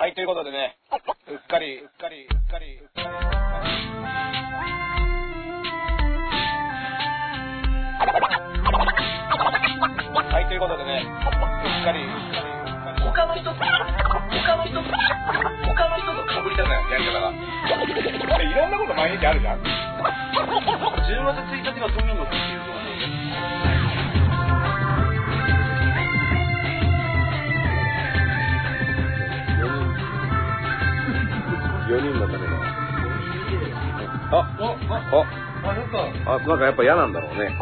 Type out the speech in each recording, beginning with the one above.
はい、ということでね、うっかり。はい、ということでね、うっかり。 他の人と被りたくないやり方が。 いろんなこと毎日あるじゃん。 10月1日が都民の日っていうのはね。 4人のための。なんかやっぱ嫌なんだろうね。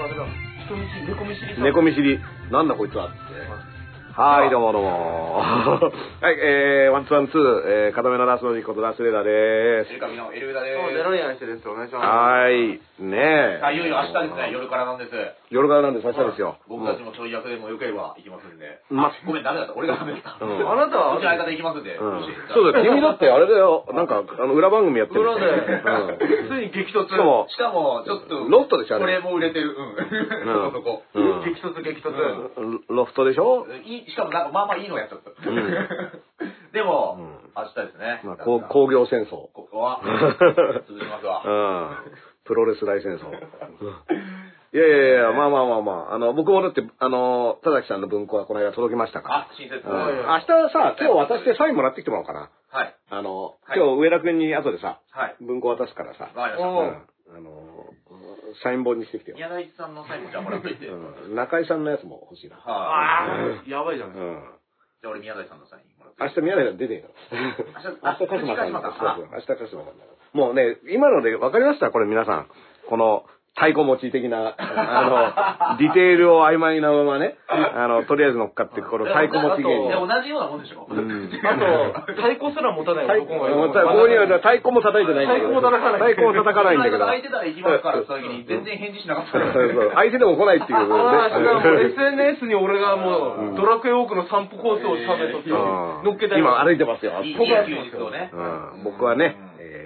猫見知り。なんだこいつはって。はい、どうも。はい、ワンツーワンツー、片目のラスの時ことラスレーダーでーす。 エルカミのエルウダでーす。 デロリアンしてです。お願いします。 はい、ねえ。 いよいよ明日ですね、夜からなんです。 夜からなんで明日ですよ。 僕たちもちょい役でもよければ行きますんで。ごめん、ダメだった。俺がダメだった。 あなたはうちの相方行きますんで。 そうだよ、君だってあれだよ、なんか、裏番組やってる。 裏で、ついに激突。 しかも、 ちょっと、 ロフトでしょ、 これも売れてる。そこ。 激突。 ロフトでしょ。 しかもなんかまあまあいいのやっちゃった。でも、明日ですね。 工業戦争。 ここは、続きますわ。 プロレス大戦争。いや、まあ。僕もだって、田崎さんの文庫はこの間届きましたから。 親切。 明日さ、今日渡してサインもらってきてもらおうかな。 はい。 今日上田君に後でさ、文庫渡すからさ。 わかりました。 サイン本にしてきてよ。 宮台さんのサインもじゃあもらっといて。 中井さんのやつも欲しいな。 やばいじゃん。 じゃあ俺宮台さんのサインもらって。 明日宮台さん出てんから。明日鹿島さんだ。明日鹿島さんだ。もうね、今ので分かりましたこれ皆さん。この、太鼓持ち的な、ディテールを曖昧なままね、とりあえず乗っかってこの太鼓持ち芸人。 同じようなもんでしょ。 あと、太鼓すら持たない男がいる。 ここには太鼓も叩いてないんだけど。太鼓も叩かないんだけど。 相手なら行きますからって時に全然返事しなかった。 相手でも来ないっていう。 SNS に俺がもう、ドラクエウォークの散歩コースを食べとき乗っけた今歩いてますよ。僕はね、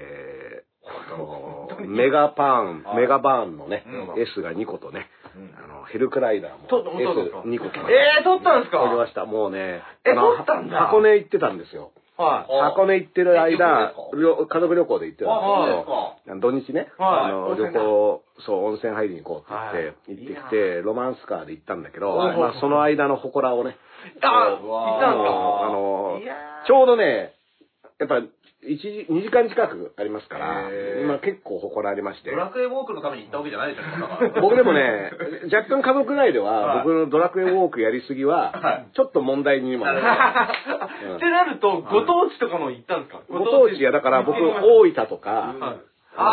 メガバーンのね、S が2個とね、ヘルクライダーも S2 個来ました。 撮ったんですか？ 撮りました。もうね、 撮ったんだ。 箱根行ってたんですよ。箱根行ってる間、家族旅行で行ってたんですけど、土日ね、旅行、温泉入りに行こうって言ってきて、ロマンスカーで行ったんだけど、その間の祠をね、 行ったんですか？ ちょうどね、やっぱ、2時間近くありますから、今結構誇られまして。 ドラクエウォークのために行ったわけじゃないでしょ、 僕でもね、若干家族内では、僕のドラクエウォークやりすぎは、ちょっと問題にもなる。 ってなると、ご当地とかも行ったんですか？ ご当地や、だから僕、大分とか、金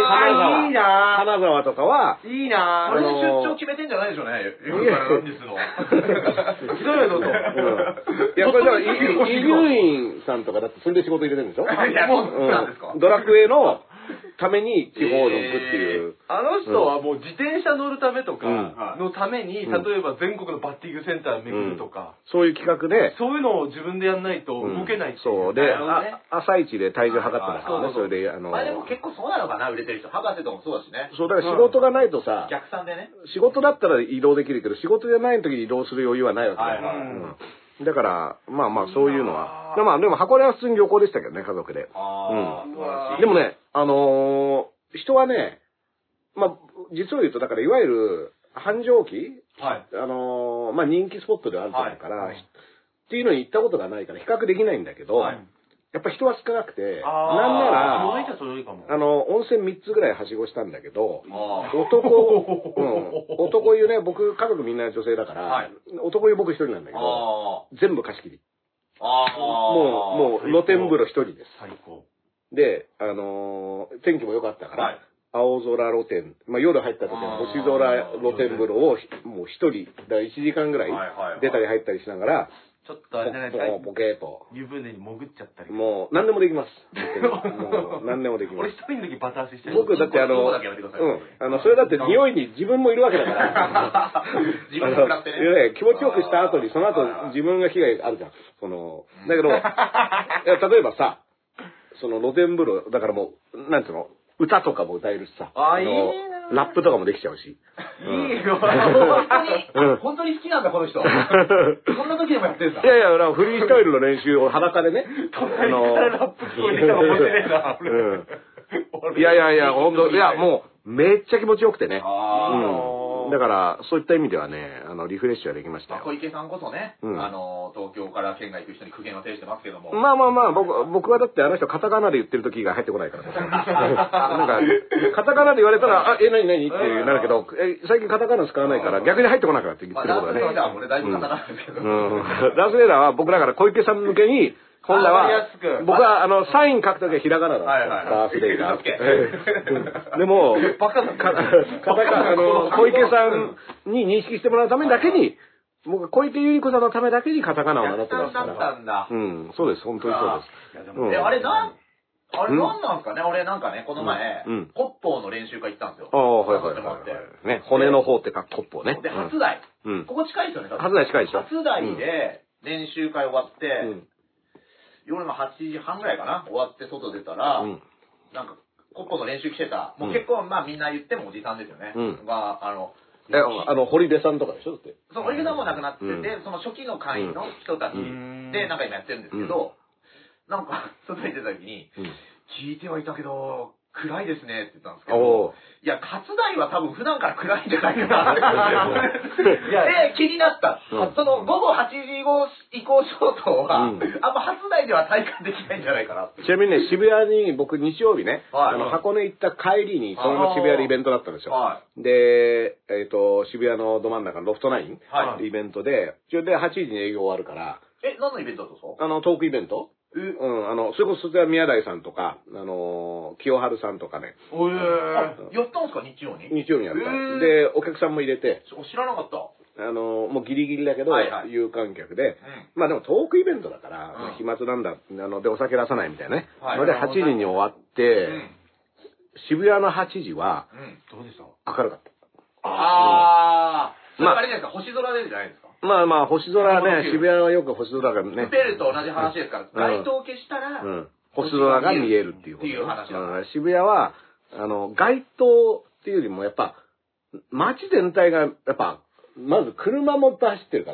沢とかは、 いいなぁ。 これで出張決めてんじゃないでしょうね。夜からなんですの。 ひどいよ、と。 いや、これだから、伊集院さんとかだってそれで仕事入れてるんでしょ？ いや、そうなんですか。 ドラクエのために地方に行くっていう。 あの人はもう自転車乗るためとかのために、例えば全国のバッティングセンター巡るとか、 そういう企画で、 そういうのを自分でやんないと動けないっていう。 そう。で、朝一で体重測ってますからね、それで、 でも結構そうなのかな、売れてる人。博士とかもそうだしね。 そう、だから仕事がないとさ、 逆算でね。 仕事だったら移動できるけど、仕事じゃない時に移動する余裕はないわけだから。だから、まあそういうのは。でも箱根は普通に旅行でしたけどね、家族で。でもね、人はね、実を言うと、だからいわゆる繁盛期、人気スポットであると思うから、っていうのに行ったことがないから比較できないんだけど、やっぱ人は少なくて、なんなら、温泉3つぐらいはしごしたんだけど、男湯ね、僕、家族みんな女性だから、男湯僕一人なんだけど、全部貸し切り。もう露天風呂一人です。で、天気も良かったから、青空露天、夜入った時は星空露天風呂をもう一人、だから1時間ぐらい出たり入ったりしながら、 ちょっとあれじゃないですか。 ポケーと。 湯船に潜っちゃったり。 もう、何でもできます。もう、何でもできます。 俺一人の時バタ足してる。 僕、だってそれだって匂いに自分もいるわけだから。 自分も食らってね。 気持ちよくした後に、その後自分が被害あるじゃん。だけど、例えばさ、その露天風呂、だからもう、なんていうの歌とかも歌えるしさ。 いいなラップとかもできちゃうし。 いいよ。 本当に好きなんだ、この人。そんな時でもやってるんだ。 いやいや、フリースタイルの練習を裸でね。 隣からラップ聞こえてきたら面白いな、 いやいや、本当いや、もう、めっちゃ気持ちよくてね。だから、そういった意味ではね、リフレッシュはできましたよ。 小池さんこそね、東京から県外行く人に苦言を呈してますけども。 まあ、僕はだってあの人カタカナで言ってる時が入ってこないからさ。なんか、カタカナで言われたら、何ってなるけど、最近カタカナ使わないから逆に入ってこなくなって言ってることだね。 ダースレーダーもね、だいぶカタカナですけど。 ダースレーダーは僕だから小池さん向けに、本来は、僕はサイン書くときはひらがなだった。ダースレーダー。でも、小池さんに認識してもらうためだけに、僕は小池百合子さんのためだけにカタカナを習ってますから。そうです、本当にそうです。 あれなんなんですかね、俺なんかね、この前、骨法の練習会行ったんですよ。 はい。ね、骨の方って書く骨法ね。 で、初台。ここ近いですよね、 初台近いでしょ。 初台で練習会終わって、夜の8時半ぐらいかな、終わって外出たら、なんか、骨法の練習来てた、もう結構、まあみんな言ってもおじさんですよね。が、 堀出さんとかでしょだって。 そう、堀出さんも亡くなってて、その初期の会員の人たちでなんか今やってるんですけど、なんか、外に出た時に、聞いてはいたけど、暗いですねって言ったんですけど、いや、勝大は多分普段から暗いんじゃないかなで、気になった。その午後8時以降消灯は、あんま初大では体感できないんじゃないかなって。 ちなみにね、渋谷に僕日曜日ね、箱根行った帰りに、そのまま渋谷でイベントだったんですよ。で、渋谷のど真ん中のロフトナインイベントで、8時に営業終わるから。 何のイベントだったんですか？トークイベント？それこそ宮台さんとか、清春さんとかね。 やったんですか、日曜に？ 日曜にやった。で、お客さんも入れて。 知らなかった。 もうギリギリだけど、有観客で。まあでもトークイベントだから、飛沫なんだ、でお酒出さないみたいなね。ので、8時に終わって、渋谷の8時は、 どうでした？ 明るかった。 それあれじゃないですか、星空でじゃないですか。 まあ、星空ね、渋谷はよく星空がね。 プペルと同じ話ですから、街灯を消したら、 星空が見えるっていうこと。っていう話だから。渋谷は、街灯っていうよりも、やっぱ、街全体が、やっぱ、まず車も走ってるから、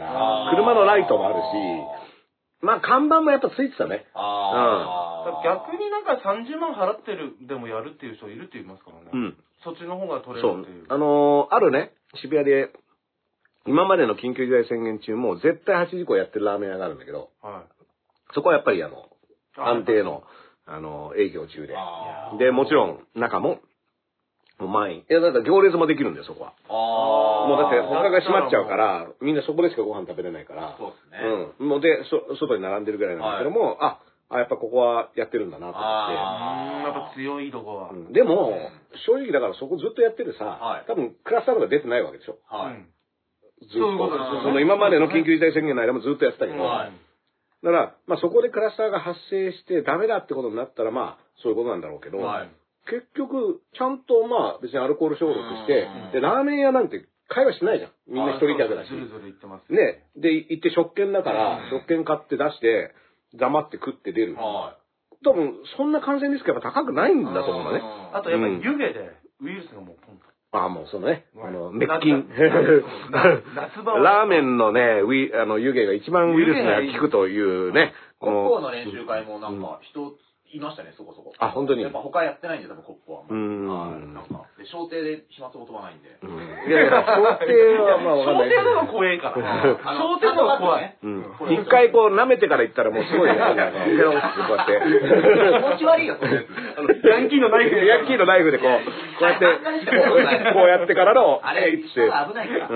車のライトもあるし、まあ、看板もやっぱついてたね。 逆になんか30万払ってるでもやるっていう人いるって言いますからね。そっちの方が取れるっていう。 あるね、渋谷で、今までの緊急事態宣言中も絶対8時以降やってるラーメン屋があるんだけど、そこはやっぱり安定の、営業中で。で、もちろん中も、満員。いや、だから行列もできるんだよ、そこは。もうだって他が閉まっちゃうから、みんなそこでしかご飯食べれないから。 そうですね。 もうで、外に並んでるぐらいなんだけども、やっぱここはやってるんだなと思って。 やっぱ強いとこは。 でも、正直だからそこずっとやってるさ、多分クラスターとか出てないわけでしょ。ずっと。その今までの緊急事態宣言の間もずっとやってたけど。だから、まあそこでクラスターが発生してダメだってことになったら、まあそういうことなんだろうけど、結局、ちゃんとまあ別にアルコール消毒して、で、ラーメン屋なんて会話しないじゃん。みんな一人客だし。 ずるずる言ってますね。で、行って食券だから、食券買って出して、黙って食って出る。多分、そんな感染リスクやっぱ高くないんだと思うのね。 あとやっぱり湯気でウイルスがもうポンと。 もうそのね、滅菌。ラーメンのね、湯気が一番ウイルスが効くというね。 コッポーの練習会もなんか人いましたね、そこそこ。 本当に。 やっぱ他やってないんで、多分コッポは。なんか、小艇で飛沫を飛ばないんで。 いやいや、小艇はまあわかんない。 小艇の方が怖いから。小艇の方が怖い。 一回こう舐めてから行ったらもうすごいね。こうやって。 気持ち悪いよ、 ヤンキーのナイフでこうやってからの、 あれ、人が危ないから。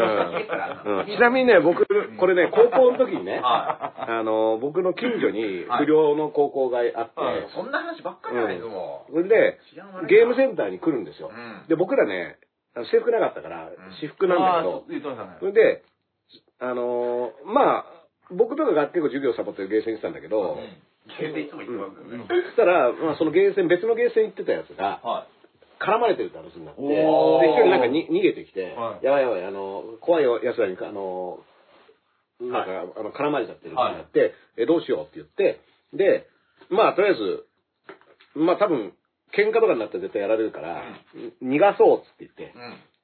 ちなみにね、僕、これね、高校の時にね、僕の近所に不良の高校があって、 そんな話ばっかりじゃないですもん。それで、ゲームセンターに来るんですよ。で、僕らね、制服なかったから、私服なんだけど、それで、まあ、僕とかが結構授業サボってゲーセン行ってたんだけど、 ゲーセンいつも行ってますよね。 そしたら、まあ、そのゲーセン、別のゲーセン行ってたやつが、絡まれてるって話になって、で、一人なんか逃げてきて、やばいやばい、怖い奴らに、なんか、絡まれちゃってるってなって、どうしようって言って、で、まあ、とりあえず、まあ、多分、 喧嘩とかになったら絶対やられるから、逃がそうっつって言って、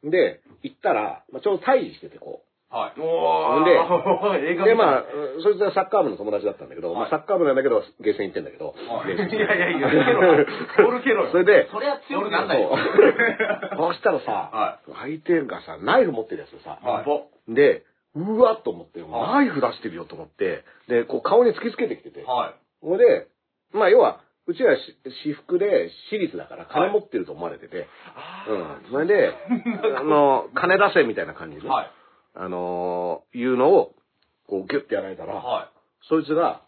で、行ったら、ちょうど退治してて、こう。 はい。 で、まあ、そいつはサッカー部の友達だったんだけど、まあサッカー部なんだけど、ゲーセン行ってんだけど。 いや、ボール蹴ろよ。 それで、 それは強くなんないよ。 そうしたらさ、相手がさ、ナイフ持ってるやつでさ、で、うわっと思って、ナイフ出してるよと思って、で、こう顔に突きつけてきてて。それで、まあ要は、うちら私服で私立だから金持ってると思われてて、それで、金出せみたいな感じで、いうのを、こうギュッてやられたら、そいつが、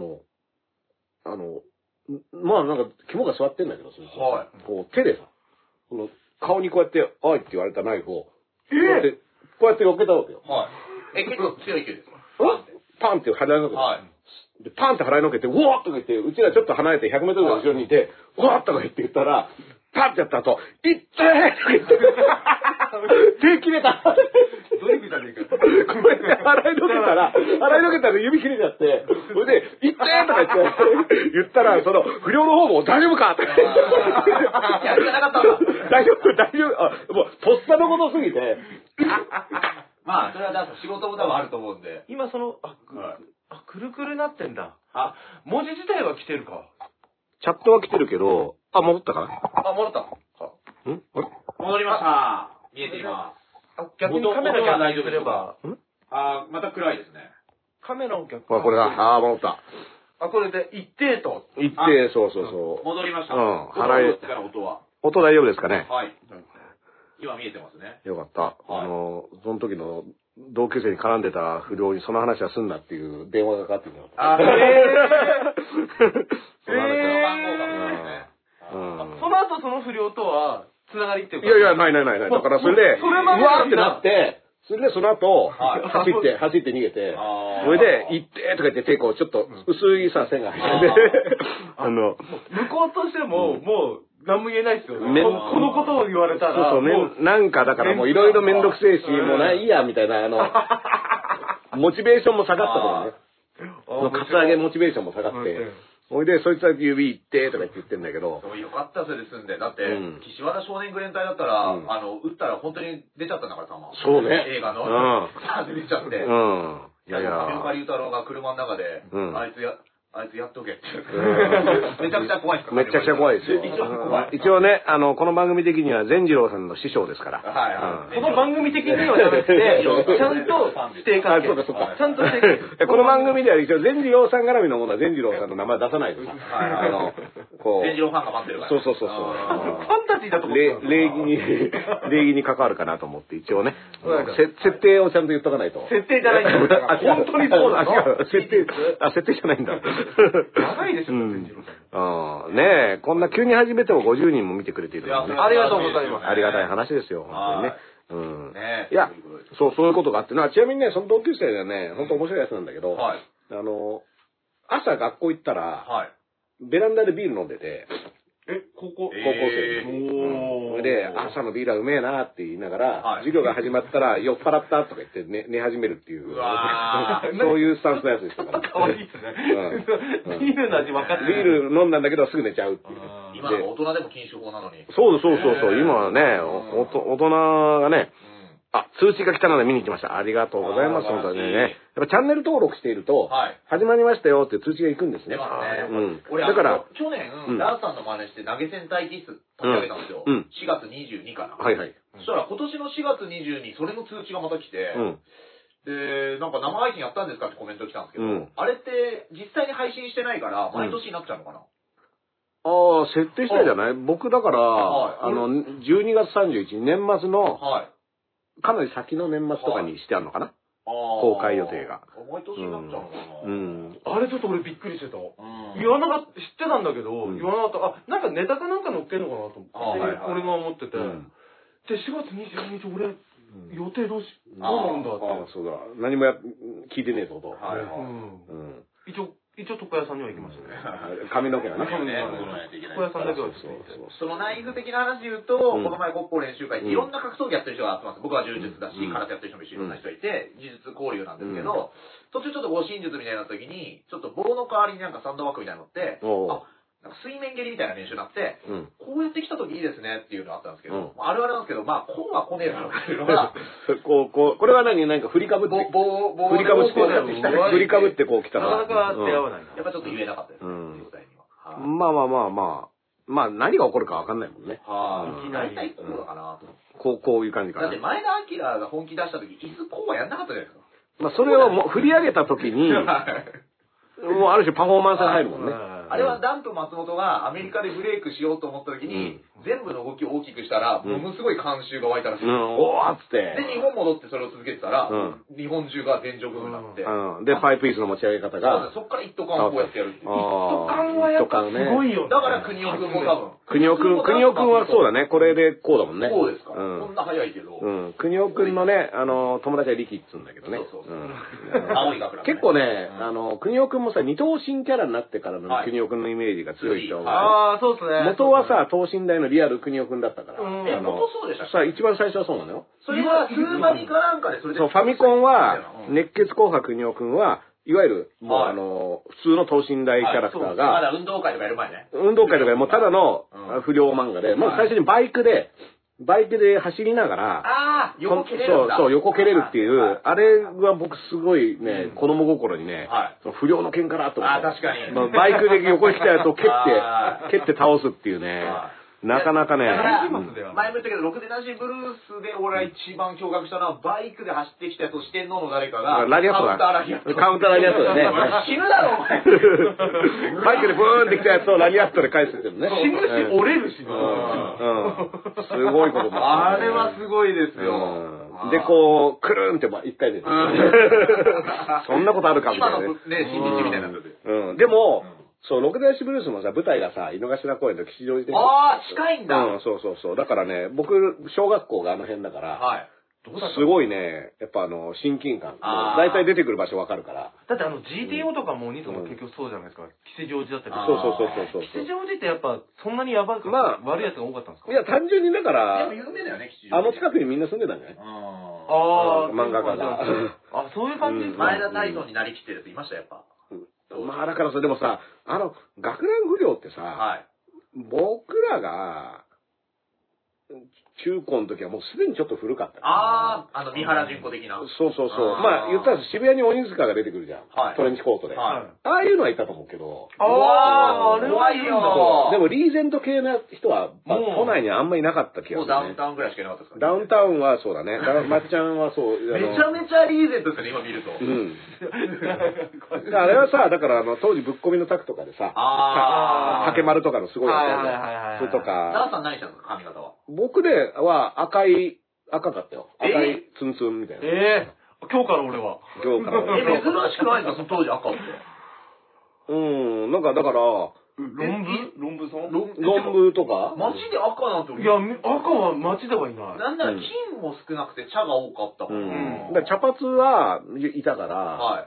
まあなんか肝が座ってんだけど、そいつは、こう手でさ、この顔にこうやって、おいって言われたナイフを、こうやって避けたわけよ。 結構強い勢いですか？ パンって払いのけて、でパンって払いのけて、うわーっとか言って、うちらちょっと離れて100メートルぐらい後ろにいて、うわーっとか言って言ったら、パンってやった後、いってーとか言って、手切れた。 ドリフじゃねえかよ。 こうやって払いのけたら指切れちゃって、それで、いってーとか言ったら、その、不良の方も大丈夫かとか言って。 やるじゃなかったの大丈夫、もう、とっさのことすぎて。 まあ、それはだから仕事も多分あると思うんで。 今くるくるなってんだ。文字自体は来てるか。 チャットは来てるけど、戻ったかな？ 戻った。戻りました。見えています。 逆にカメラが大丈夫すれば。 また暗いですね。 カメラを逆これだ。戻った。 これで、一定と。 一定、そう。 戻りました。 払い。 音は。 音大丈夫ですかね？ はい。今見えてますね。 よかった。その時の同級生に絡んでた不良にその話はすんなっていう電話がかかってきた。 その後その不良とは、つながりっていうか。 いや、ない。だからそれで、うわーってなって、それでその後、走って逃げて、それで、行ってとか言って手こう、ちょっと薄いさ、線が入ってて、 向こうとしても、もう、何も言えないですよ。このことを言われたら。 なんかだからもういろいろめんどくせえし、もういいや、みたいな、モチベーションも下がったからね。カツアゲモチベーションも下がって。それで、そいつは指行ってとか言ってんだけど。 よかったそれで済んで。だって、岸和田少年グレン隊だったら、撃ったら本当に出ちゃったんだから、弾。 そうね。 映画の。出ちゃって。いや、岡龍太郎が車の中で、あいつやっとけって。めちゃくちゃ怖いですか？ めちゃくちゃ怖いですよ。一応ね、この番組的には善次郎さんの師匠ですから。 この番組的にはじゃなくて、ちゃんと指定関係。ちゃんと指定関係。 この番組では一応善次郎さん絡みのものは善次郎さんの名前出さないとさ。 善次郎ファンが待ってるから。 そう。 ファンタジーだと思って。 礼儀に関わるかなと思って一応ね、設定をちゃんと言っとかないと。 設定じゃないんだ。本当にそうだ。 設定じゃないんだ。 長いですよ、善次郎さん。 ねえ、こんな急に始めても50人も見てくれているのね。 ありがとうございます。 ありがたい話ですよ、本当にね。いや、そういうことがあってな、ちなみにね、その同級生でね、本当面白いやつなんだけど、朝学校行ったら、ベランダでビール飲んでて、 高校生で、朝のビールはうめえなって言いながら、授業が始まったら酔っ払ったとか言って寝始めるっていう、そういうスタンスのやつでしたから。 かわいいですね。ビールの味分かってる。 ビール飲んだんだけどすぐ寝ちゃうっていう。 今の大人でも禁酒法なのに。 そう。今はね、大人がね、通知が来たので見に来ました。ありがとうございます。本当にね。やっぱチャンネル登録していると、始まりましたよって通知が行くんですね。 出ますね。 俺、だから、 去年、ダーさんの真似して投げ銭待機室立ち上げたんですよ。4月22かな。そしたら今年の4月22、それの通知がまた来て、で、なんか生配信やったんですかってコメント来たんですけど、あれって実際に配信してないから、毎年になっちゃうのかな。 設定したいじゃない？僕だから、12月31日、年末の、かなり先の年末とかにしてあるのかな、公開予定が。 毎年になっちゃうのかな。 あれちょっと俺びっくりしてた。言わなかった、知ってたんだけど、言わなかった。なんかネタかなんか載ってんのかなと思って、俺が思ってて。で、4月22日俺、予定どうなんだって。 そうだ。何も聞いてねえぞと。 一応床屋さんには行きましたね。 髪の毛がね。 床屋さんだけはそのナイフ的な話で言うと、この前国宝練習会、いろんな格闘技やってる人が集まって、僕は柔術だし、空手やってる人もいろんな人いて、技術交流なんですけど、途中ちょっと護身術みたいな時に、ちょっと棒の代わりになんかサンドバッグみたいなのって、 なんか水面蹴りみたいな練習になって、 うん。 こうやって来た時いいですねっていうのがあったんですけど、 うんあるあるなんですけど、まあ、こうは来ねえだろうっていうのが、 これはなんか振りかぶって、振りかぶって、振りかぶってこう来たなかなか出会わないな。 やっぱちょっと言えなかったですね、状態には。 まあ何が起こるかわかんないもんね。 大体こうだかなと。 こういう感じかな。 だって前田明が本気出した時、いつこうはやんなかったじゃないですか。 まあそれをもう振り上げた時に、もうある種パフォーマンスが入るもんね。 あれはダンプ松本がアメリカでブレイクしようと思った時に、全部の動きを大きくしたら、ものすごい観衆が湧いたらしい。 おーっつって。 で、日本戻ってそれを続けてたら、日本中が全場ブームになって。 で、パイプ椅子の持ち上げ方が。 そっから一斗缶をこうやってやるっていう。 一斗缶はやっぱすごいよ。 だから国尾くんも多分。 国尾くんはそうだね。これでこうだもんね。 そうですか。こんな早いけど。 国尾くんのね、友達は力っつうんだけどね。 青い学ラン。 結構ね、国尾くんもさ、二頭身キャラになってからの国尾くんのイメージが強い人が。 ああ、そうですね。 元はさ、等身大のリアル国尾くんだったから。 元そうでしたさ、一番最初はそうなのよ。 それは、スーファミかなんかでそれで。 そう、ファミコンは、熱血紅白国尾くんは、いわゆる、もう、普通の等身大キャラクターが、 まだ運動会とかやる前ね。 運動会とかもうただの不良漫画で、まず最初にバイクで走りながら、 横蹴れるんだ。 そう、横蹴れるっていう、あれは僕すごいね、子供心にね、不良の喧嘩だと思って。 確かに。 バイクで横に来たやつを蹴って倒すっていうね。なかなかね。 前も言ったけど、ろくでなしブルースで俺は一番驚愕したのは、バイクで走ってきたやつを四天王の誰かが、 ラリアットだ。カウンターラリアットだね。 死ぬだろ、お前。 バイクでブーンって来たやつをラリアットで返すっていうのね。 死ぬし、折れるしね。 すごいことだ。 あれはすごいですよ。 で、こう、くるんって一回で。そんなことあるかみたいな。 今のね、新日みたいなやつでも、そう、ろくでなしブルースもさ、舞台がさ、井の頭公園と吉祥寺で。 近いんだ。 そう。だからね、僕、小学校があの辺だから、すごいね、やっぱ親近感。大体出てくる場所わかるから。 だってGTO とかもお兄さんも結局そうじゃないですか。吉祥寺だったり。 そう。 吉祥寺ってやっぱそんなにやばい悪いやつが多かったんですか？ いや、単純にだから、 有名だよね、吉祥寺。 近くにみんな住んでたんじゃない？漫画家が。 そういう感じですか？ 前田大尊になりきってるやついました、やっぱ。 まあだからさ、でもさ、学ラン不良ってさ、僕らが、中高の時はもうすでにちょっと古かった。 三原純子的な。 そう。まあ言ったら渋谷に鬼塚が出てくるじゃん。トレンチコートで。ああいうのはいたと思うけど。 あれはいいんだ。 でもリーゼント系の人は、都内にあんまりいなかった気がする。 ダウンタウンぐらいしかいなかったですか？ ダウンタウンはそうだね。まっちゃんはそう。 めちゃめちゃリーゼントですよね、今見ると。 あれはさ、だから当時ぶっ込みのタクとかでさ、竹丸とかのすごいやつそれとか。 ダンさん何したんですか、髪型は。 僕では赤かったよ。赤いツンツンみたいな。 今日から俺は。 珍しくないですか、その当時赤って。 なんかだから、 論文さん論文とか街で赤なんて。 いや、赤は街ではいない。 なんなら金も少なくて茶が多かったもん。 茶髪はいたから、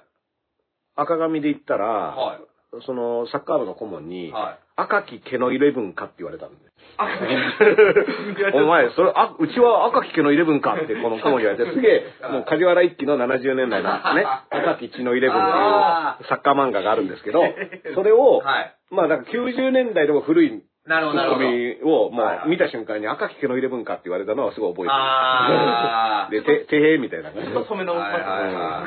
赤髪で言ったら、そのサッカー部の顧問に、赤き毛のイレブンかって言われたんで。お前、うちは赤き毛のイレブンかってこの顧問に言われて、すげえ、もう梶原一騎の70年代のね、赤き血のイレブンっていうサッカー漫画があるんですけど、それを、まあだから90年代でも古いツッコミを、もう見た瞬間に赤き毛のイレブンかって言われたのはすごい覚えてる。で、てへーみたいな感じ。 染め直しました。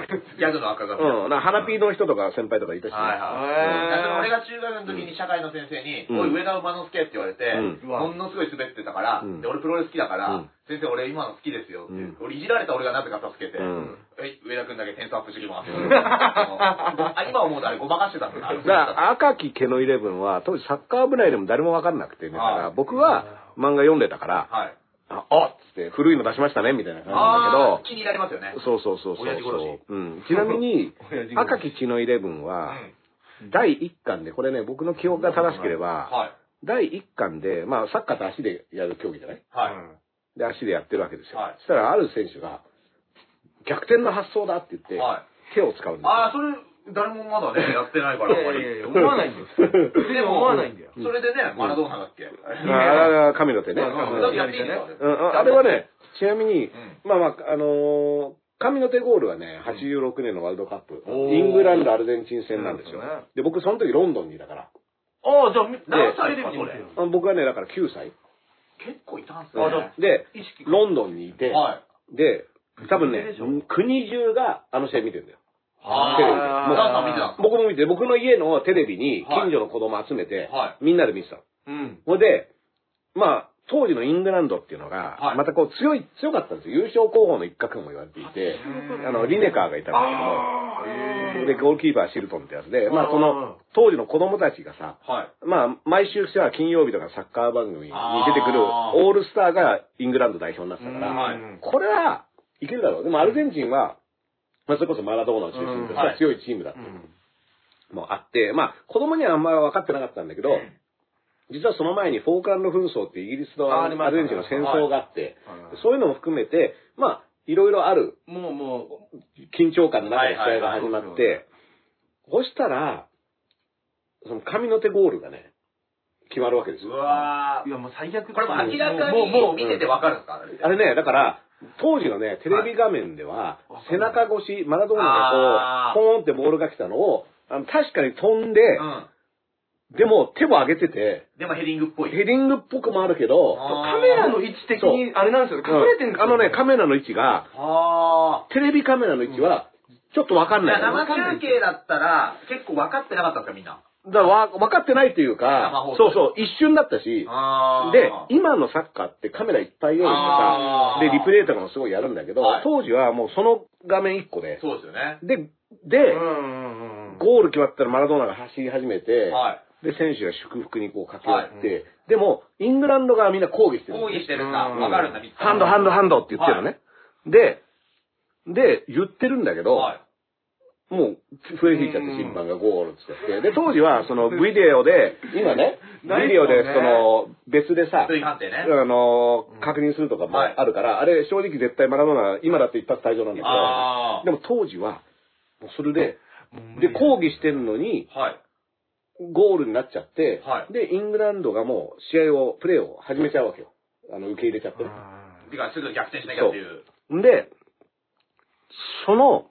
ギャグの赤髪。 花ピーの人とか先輩とかいたしね。 俺が中学の時に社会の先生に、おい、上田馬之助って言われて、ものすごい滑ってたから、俺プロレス好きだから、先生俺今の好きですよって。俺いじられた俺がなぜか助けて、上田くんだけ点数アップしてきます。今思うとあれごまかしてたんだ。 赤き毛のイレブンは当時サッカー部内でも誰もわかんなくて、だから僕は漫画読んでたから、っつって古いの出しましたねみたいな感じだけど、 気になりますよね。 そう。ちなみに、赤き血のイレブンは、第1巻で、これね、僕の記憶が正しければ、第1巻で、まあ、サッカーと足でやる競技じゃない？で、足でやってるわけですよ。そしたら、ある選手が、逆転の発想だって言って、手を使うんですよ。 それ、誰もまだね、やってないから、 思わないんですよ。でも思わないんだよ。 それでね、マラドーナだっけ？ 神の手ね。あれはね、ちなみに、神の手ゴールはね、86年のワールドカップ、イングランド、アルゼンチン戦なんですよ。で、僕その時ロンドンにいたから。 ああ、じゃあ、 何歳テレビに見てる。 僕はね、だから9歳。 結構いたんすね。 で、ロンドンにいて、 はで、多分ね、国中があの試合見てるんだよ。 テレビで。 もうダンさん見てたんですか？ 僕も見て、僕の家のテレビに近所の子供集めて、みんなで見てたの。ほんで、まあ、当時のイングランドっていうのが、またこう強かったんですよ。優勝候補の一角とも言われていて、リネカーがいたんだけども、で、ゴールキーパーシルトンってやつで、まあその、当時の子供たちがさ、まあ、毎週さ、金曜日とかサッカー番組に出てくるオールスターがイングランド代表になってたから、これはいけるだろう。でもアルゼンチンは、まあ、それこそマラドーナの中心として強いチームだっていうのもあって、まあ、子供にはあんまり分かってなかったんだけど、実はその前にフォークランド紛争ってイギリスとアルゼンチンの戦争があって、そういうのも含めて、まあ、いろいろある、もう、緊張感の中で試合が始まって、そしたら、その神の手ゴールがね、決まるわけですよ。 うわいや、もう最悪。 これも明らかにもう見ててわかるんですか？ あれね、だから、当時のね、テレビ画面では、背中越し、マラドーナがこう、ポーンってボールが来たのを、確かに飛んで、でも手を上げてて、 でもヘディングっぽい。 ヘディングっぽくもあるけど、 カメラの位置的に、あれなんですよね、隠れてるんですよ。 カメラの位置が、テレビカメラの位置は、ちょっとわかんない。 生中継だったら、結構分かってなかったんですか、みんな。 だから分かってないというか、そうそう、一瞬だったし、で、今のサッカーってカメラいっぱい用意してさ、で、リプレイとかもすごいやるんだけど、当時はもうその画面1個で、 そうですよね。 で、ゴール決まったらマラドーナが走り始めて、で、選手が祝福にこう駆け寄って、でも、イングランド側みんな抗議してる。 抗議してるんだ。分かるんだ、 ハンドって言ってるのね。で、言ってるんだけど、もう、笛吹いちゃって審判がゴールって言って。で、当時は、その、ビデオで、今ね、ビデオで、その、別でさ、確認するとかもあるから、あれ、正直絶対マラドーナ、今だって一発退場なんだけど、でも当時は、それで、抗議してるのに、ゴールになっちゃって、で、イングランドがもう、プレーを始めちゃうわけよ。受け入れちゃってね。 てか、すぐ逆転しなきゃっていう。 で、その、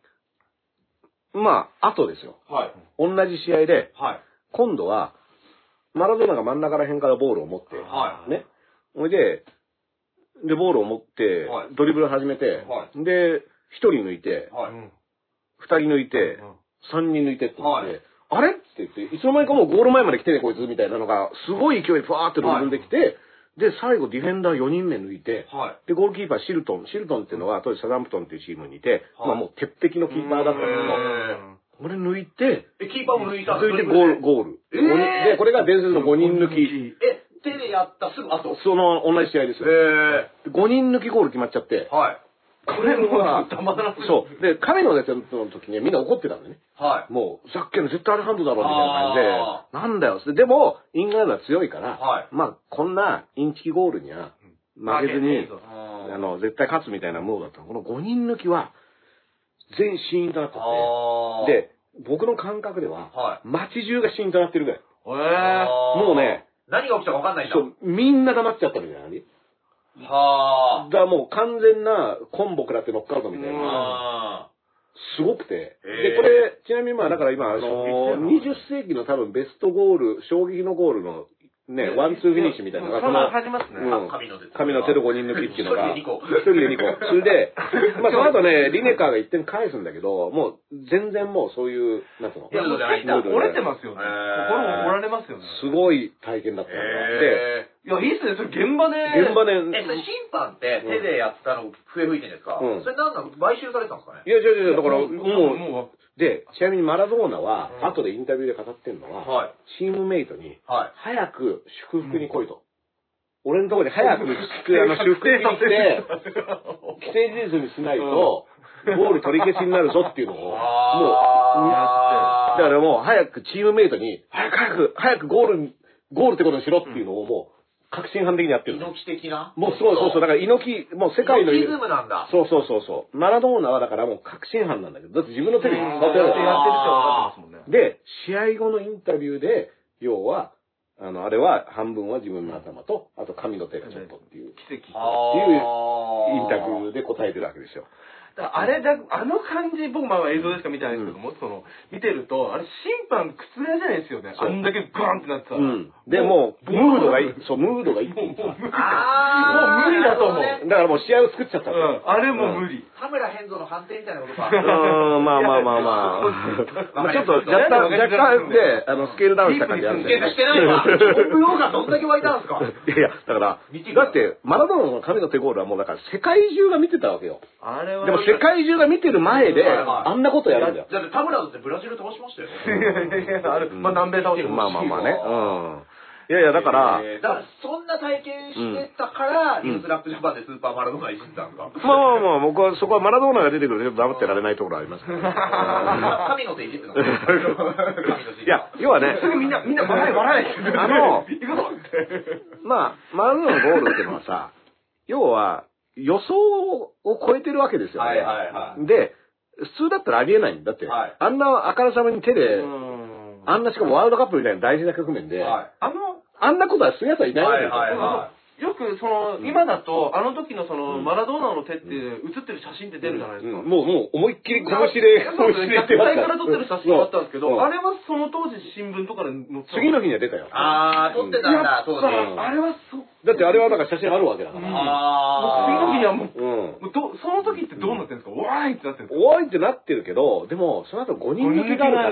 まあ、後ですよ。同じ試合で、今度は、マラドーナが真ん中ら辺からボールを持って、ね。ほいで、ボールを持って、ドリブル始めて、で、1人抜いて、2人抜いて、3人抜いてって言って、あれって言って、いつの間にかもうゴール前まで来てねこいつみたいなのが、すごい勢いでファーってドリブルできて、で、最後ディフェンダー4人目抜いて、で、ゴールキーパーシルトンっていうのは、当時サザンプトンっていうチームにいて、まあもう鉄壁のキーパーだったんだけど、これ抜いて、 キーパーも抜いたん抜いてゴール。で、これが伝説の5人抜き。 手でやったすぐ後？ その同じ試合ですよ。5人抜きゴール決まっちゃって、これは、そう。で、神の熱の時にみんな怒ってたんだね。もう、さっきの絶対アレハンドだろ、みたいな感じで、なんだよ。でも、イングランドは強いから、まあ、こんなインチキゴールには負けずに、絶対勝つみたいなムードだったの。この5人抜きは、全シーンとなってて、で、僕の感覚では、街中がシーンとなってるぐらい。もうね、 何が起きたか分かんないんだ。 そう、みんな黙っちゃったみたいなね。だからもう完全なコンボ食らってノックアウトみたいな。すごくて。で、これ、ちなみにまあだから今、20世紀の多分ベストゴール、衝撃のゴールのね、ワンツーフィニッシュみたいなのが、 その始まりますね。 神の手で5人抜きっていうのが、一人で2個。それで、まあその後ね、リネカーが1点返すんだけど、もう全然もうそういう、なんつうの。 いや、もう折れてますよね。心も折られますよね。 すごい体験だったんだ。で、 いや、いいっすね、それ現場で。 それ審判って手でやったの笛吹いてるんですか？それなんなの？買収されたんですかね？ いや、だからもう、で、ちなみにマラドーナは、後でインタビューで語ってるのは、チームメイトに、早く祝福に来いと。俺のところに早く祝福に来て、既成事実にしないと、ゴール取り消しになるぞっていうのを、もう、だからもう早くチームメイトに、早くゴールってことにしろっていうのをもう、確信犯的にやってる。 猪木的な？ もうそう、だから猪木、もう世界の。 猪木ズムなんだ。 そう。マラドーナはだからもう確信犯なんだけど、だって自分の手に触ってやってる人は分かってますもんね。で、試合後のインタビューで、要は、あれは半分は自分の頭と、あと神の手がちょっとっていう、奇跡っていうインタビューで答えてるわけですよ。 だからあの感じ、僕映像でしか見てないんですけども、見てると、あれ審判覆せないですよね。あんだけガーンってなってたら。 で、もう、ムードがいい。そう、ムードがいい。もう無理だと思う。だからもう試合を作っちゃった。 あれもう無理。 田村変造の判定みたいなことか。 まあ。ちょっと若干で、スケールダウンした感じあるんで。 スケールしてないわ。本部がどんだけ湧いたんですか。 いや、だから、だって、マラドーナの神の手ゴールはもうだから世界中が見てたわけよ。でも世界中が見てる前で、あんなことやるんだよ。 だって田村だってブラジル倒しましたよ。 南米倒してる。 まあね。いや、だから、 そんな体験してたから、ニュースラップジャパンでスーパーマラドーナいじったんですか。 まあ、僕はそこはマラドーナが出てくると黙ってられないところありますから。 神の手いじってたの。 いや、要はね、 みんな笑え。 まあ、マラドーナのゴールっていうのはさ、要は、予想を超えてるわけですよね。で、普通だったらありえないんだって。あんなあからさまに手で、あんなしかもワールドカップみたいな大事な局面で、あんなことはするやつはいないわけですよ。 よく今だと、あの時のマラドーナの手って写ってる写真って出るじゃないですか。 もう思いっきり拳で逆体から撮ってる写真があったんですけど、あれはその当時新聞とかで載ってた。 次の日には出たよ。 撮ってたんだ、そうです。 あれはだってあれはなんか写真あるわけだから。 次の日にはもう、その時ってどうなってるんですか？わーいってなってるんですか？ わーいってなってるけど、でも、その後5人抜きがあるから、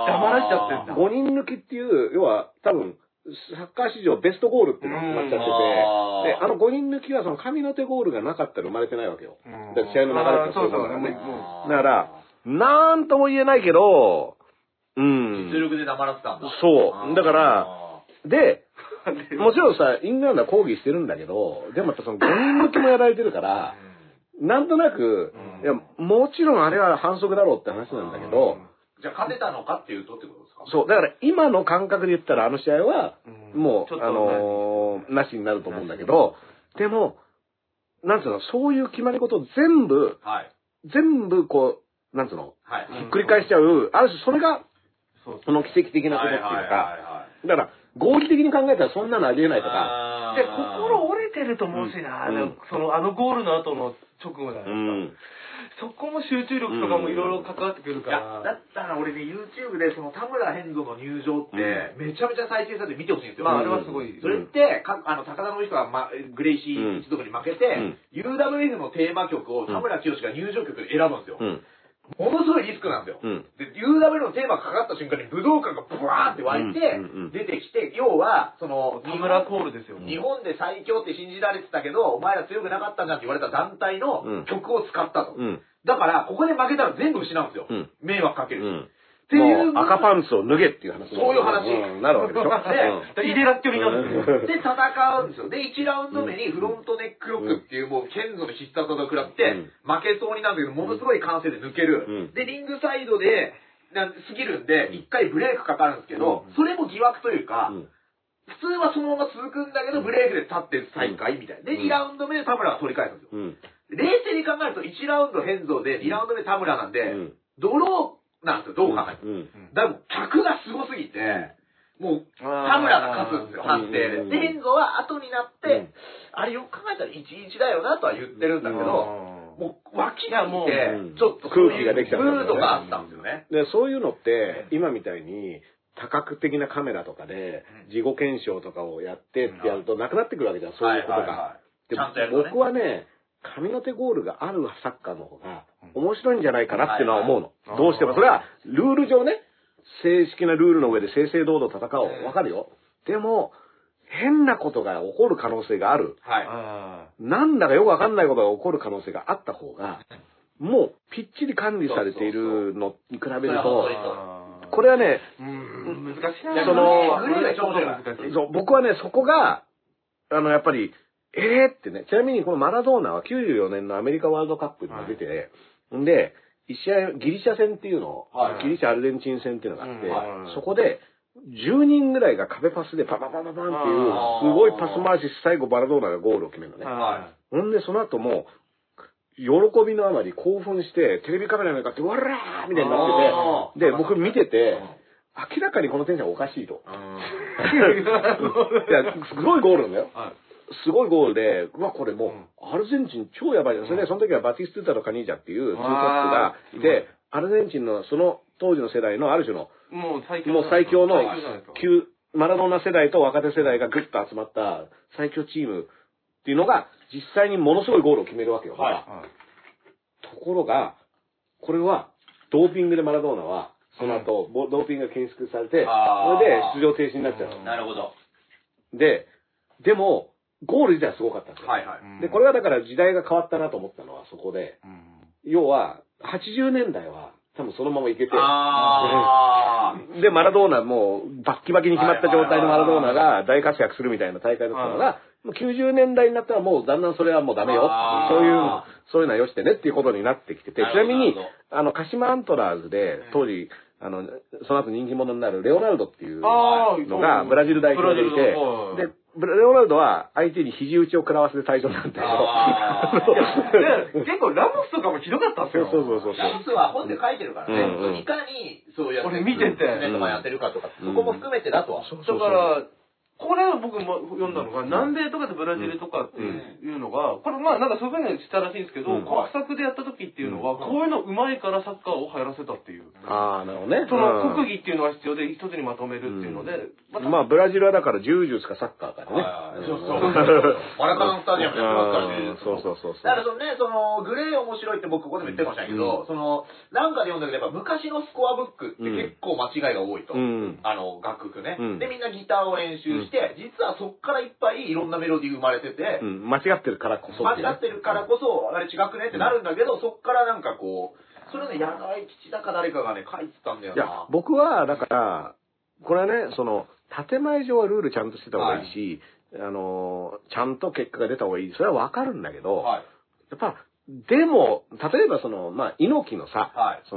黙らしちゃってるんだ。 5人抜きっていう、要は多分、サッカー史上ベストゴールっていうのが決まっちゃってて、で、5人抜きはその神の手ゴールがなかったら生まれてないわけよ。だって試合の流れってそうだからね。だから、なんとも言えないけど、 実力で黙らせたんだ。 そう。だから、で、もちろんさ、イングランドは抗議してるんだけど、でもやっぱその5人抜きもやられてるから、なんとなく、いや、もちろんあれは反則だろうって話なんだけど、 じゃあ勝てたのかっていうとってことですか？ そう、だから今の感覚で言ったらあの試合は、もう、なしになると思うんだけど、でも、なんつうの、そういう決まり事を全部こう、なんつうの、ひっくり返しちゃう、ある種それが、その奇跡的なことっていうか、だから、合理的に考えたらそんなのありえないとか。 で、心折れてると思うしな、あのゴールの後の直後じゃないですか。そこも集中力とかもいろいろ関わってくるから。 だったら俺ね、YouTube で田村変造の入場って、めちゃめちゃ再生されて見てほしいんですよ。 あれはすごい。 それって、高田の人がグレイシー一族に負けて、UWF のテーマ曲を田村清が入場曲で選ぶんですよ。ものすごいリスクなんですよ。で、UW のテーマがかかった瞬間に武道館がブワーって湧いて、出てきて、要は、 田村コールですよ。 日本で最強って信じられてたけど、お前ら強くなかったんじゃんって言われた団体の曲を使ったと。だから、ここで負けたら全部失うんですよ。迷惑かけるし。 っていう。赤パンツを脱げっていう話。 そういう話。 なるわけでしょ。 で、入れらっきょになるんですよ。 で、戦うんですよ。で、1ラウンド目にフロントネックロックっていう、もう、ケンゾの必殺技を食らって、負けそうになるんだけど、ものすごい歓声で抜ける。で、リングサイドで、過ぎるんで、1回ブレークかかるんですけど、それも疑惑というか、普通はそのまま続くんだけど、ブレークで立って再開みたいな。で、2ラウンド目で田村が取り返すんですよ。冷静に考えると、1ラウンド変造で、2ラウンド目田村なんで、ドロー、なんですよ、どう考えても。だから客がすごすぎて、もう、田村が勝つんですよ、判定で。で、変造は後になって、あれよく考えたら1-1だよなとは言ってるんだけど、もう、脇がもう、ちょっと空気ができちゃった。 ムードがあったんですよね。 で、そういうのって、今みたいに、多角的なカメラとかで、事後検証とかをやってってやると、なくなってくるわけじゃん、そういうことが。でも僕はね、神の手ゴールがあるサッカーの方が面白いんじゃないかなっていうのは思うの。どうしても。それはルール上ね、正式なルールの上で正々堂々戦おう。わかるよ。でも、変なことが起こる可能性がある。なんだかよくわかんないことが起こる可能性があった方が、もうぴっちり管理されているのに比べると、これはね、 難しいな。 僕はね、そこが、やっぱり、ってね。ちなみにこのマラドーナは94年のアメリカワールドカップに出て、で、一試合、ギリシャ戦っていうのを、ギリシャアルゼンチン戦っていうのがあって、そこで10人ぐらいが壁パスでパパパパパンっていう、すごいパス回し、最後マラドーナがゴールを決めるのね。ほんで、その後も、喜びのあまり興奮して、テレビカメラに向かって、わらーみたいになってて、で、僕見てて、明らかにこのテンションおかしいと。いや、すごいゴールなんだよ。 すごいゴールで、うわ、これもう、アルゼンチン超やばいですね。その時はバティストゥータとカニージャっていうツートップがいて、アルゼンチンのその当時の世代のある種の、もう最強のマラドーナ世代と若手世代がグッと集まった最強チームっていうのが、実際にものすごいゴールを決めるわけよ。ところが、これは、ドーピングでマラドーナは、その後、ドーピングが検出されて、それで出場停止になっちゃう。 なるほど。 でも、ゴール自体はすごかったんですよ。で、これはだから時代が変わったなと思ったのはそこで、要は、80年代は、多分そのままいけて、で、マラドーナもうバッキバキに決まった状態のマラドーナが大活躍するみたいな大会だったのが、90年代になったらもうだんだんそれはもうダメよ。そういうのはよしてねっていうことになってきてて、ちなみに、鹿島アントラーズで、当時、その後人気者になるレオナルドっていうのがブラジル代表でいて、で、レオナルドは相手に肘打ちを食らわせて退場なんだけど。結構ラモスとかもひどかったんですよ。 そう。 ラモスは本で書いてるからね。いかにそうやって。 俺見てて。 とかやってるかとか、そこも含めてだとは。 だから、これは僕も読んだのが、南米とかでブラジルとかっていうのが、これまあなんかそういうふうにしたらしいんですけど、国策でやった時っていうのは、こういうの上手いからサッカーを流行らせたっていう。 なるほどね。 その国技っていうのが必要で、一つにまとめるっていうので。 まあブラジルはだから柔術かサッカーかね。 そう。マラカンスタジアムやってますからね。 そう。 だからそのグレー面白いって僕ここでも言ってましたけど、なんかで読んだけど、やっぱ昔のスコアブックって結構間違いが多いと。楽譜ね。で、みんなギターを練習して、実はそっからいっぱいいろんなメロディー生まれてて、 間違ってるからこそ。 あれ違くねってなるんだけど、そっからなんかこう、それね、柳井吉だか誰かがね、書いてたんだよな。 いや、僕は、だから、これはね、建前上はルールちゃんとしてた方がいいし、ちゃんと結果が出た方がいい。それはわかるんだけど、やっぱ、でも、例えば猪木のさ、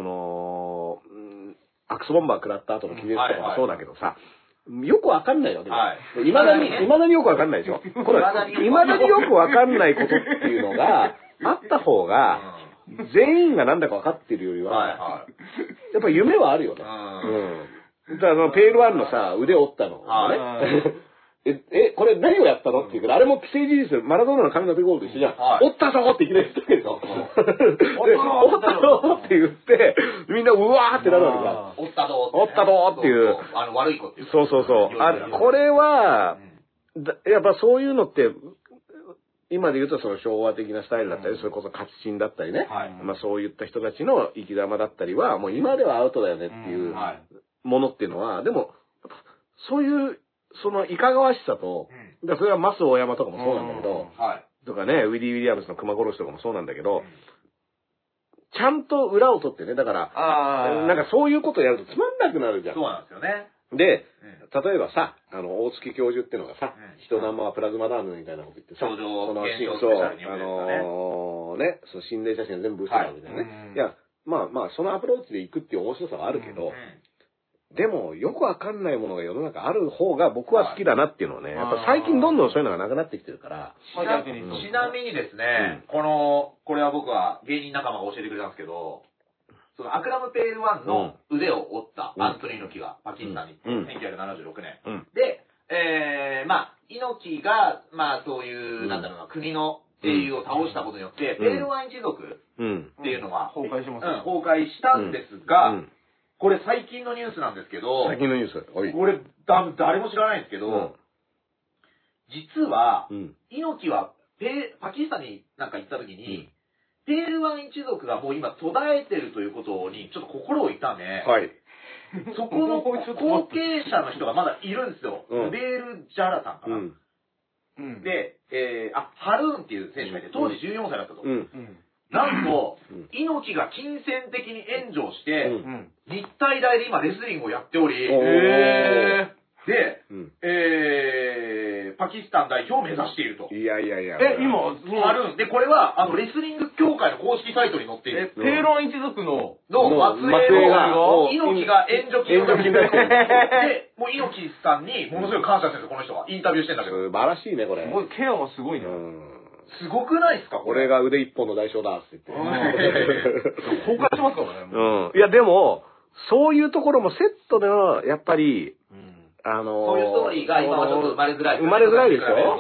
アクスボンバー食らった後の決めとかもそうだけどさ、よくわかんないわけだ。未だによくわかんないでしょ。これ、未だによくわかんないことっていうのが、あった方が、全員がなんだかわかってるよりは、やっぱ夢はあるよね。だからペールワンのさ、腕折ったのね。これ何をやったのって言うから、あれも既成事実、マラドーナの髪の毛ゴールと一緒じゃん。折ったぞっていきなり言ってるけど。折ったぞって言って、みんなうわーってなるわけだ。 折ったぞっていう。 悪い子っていう。 そう。これは、やっぱそういうのって、今で言うとその昭和的なスタイルだったり、それこそ活心だったりね。まあそういった人たちの生き様だったりは、もう今ではアウトだよねっていうものっていうのは、でも、そういう、そのいかがわしさと、それはマス大山とかもそうなんだけど、とかね、ウィディ・ウィリアムスの熊殺しとかもそうなんだけど、ちゃんと裏を取ってね、だから、なんかそういうことをやるとつまんなくなるじゃん。 そうなんですよね。 で、例えばさ、大月教授っていうのがさ、人生はプラズマダームみたいなこと言ってさ、その心霊写真全部嘘なわけだよね。いや、まあ、そのアプローチで行くっていう面白さはあるけど、でも、よくわかんないものが世の中ある方が僕は好きだなっていうのはね、やっぱ最近どんどんそういうのがなくなってきてるから。 ちなみにですね、これは僕は芸人仲間が教えてくれたんですけど、そのアクラム・ペールワンの腕を折ったアントニー猪木がパキスタンに行って、1976年。で、まあ、猪木が、まあ、そういう、なんだろうな、国の英雄を倒したことによって、ペールワン一族っていうのが崩壊したんですが、これ最近のニュースなんですけど、 最近のニュース。 これ誰も知らないんですけど、実は、猪木はパキスタンになんか行った時に、ペールワン一族がもう今途絶えてるということにちょっと心を痛め、そこの後継者の人がまだいるんですよ。ベール・ジャラさんかな。で、ハルーンっていう選手がいて、当時14歳だったと。なんと、猪木が金銭的に援助をして、日体大で今レスリングをやっており、で、パキスタン代表を目指していると。 いや。 今、あるんで、これは、レスリング協会の公式サイトに載っている。 ペーロン一族の末裔が、猪木が援助金を出してで、もう猪木さんにものすごい感謝してるんですよ、この人は。インタビューしてんだけど。 素晴らしいね、これ。 ケアはすごいね。 すごくないですか、 これが腕一本の代償だって言って。 崩壊しますからね。 いや、でも、そういうところもセットでの、やっぱり、 そういうストーリーが今はちょっと生まれづらい。 生まれづらいでしょ。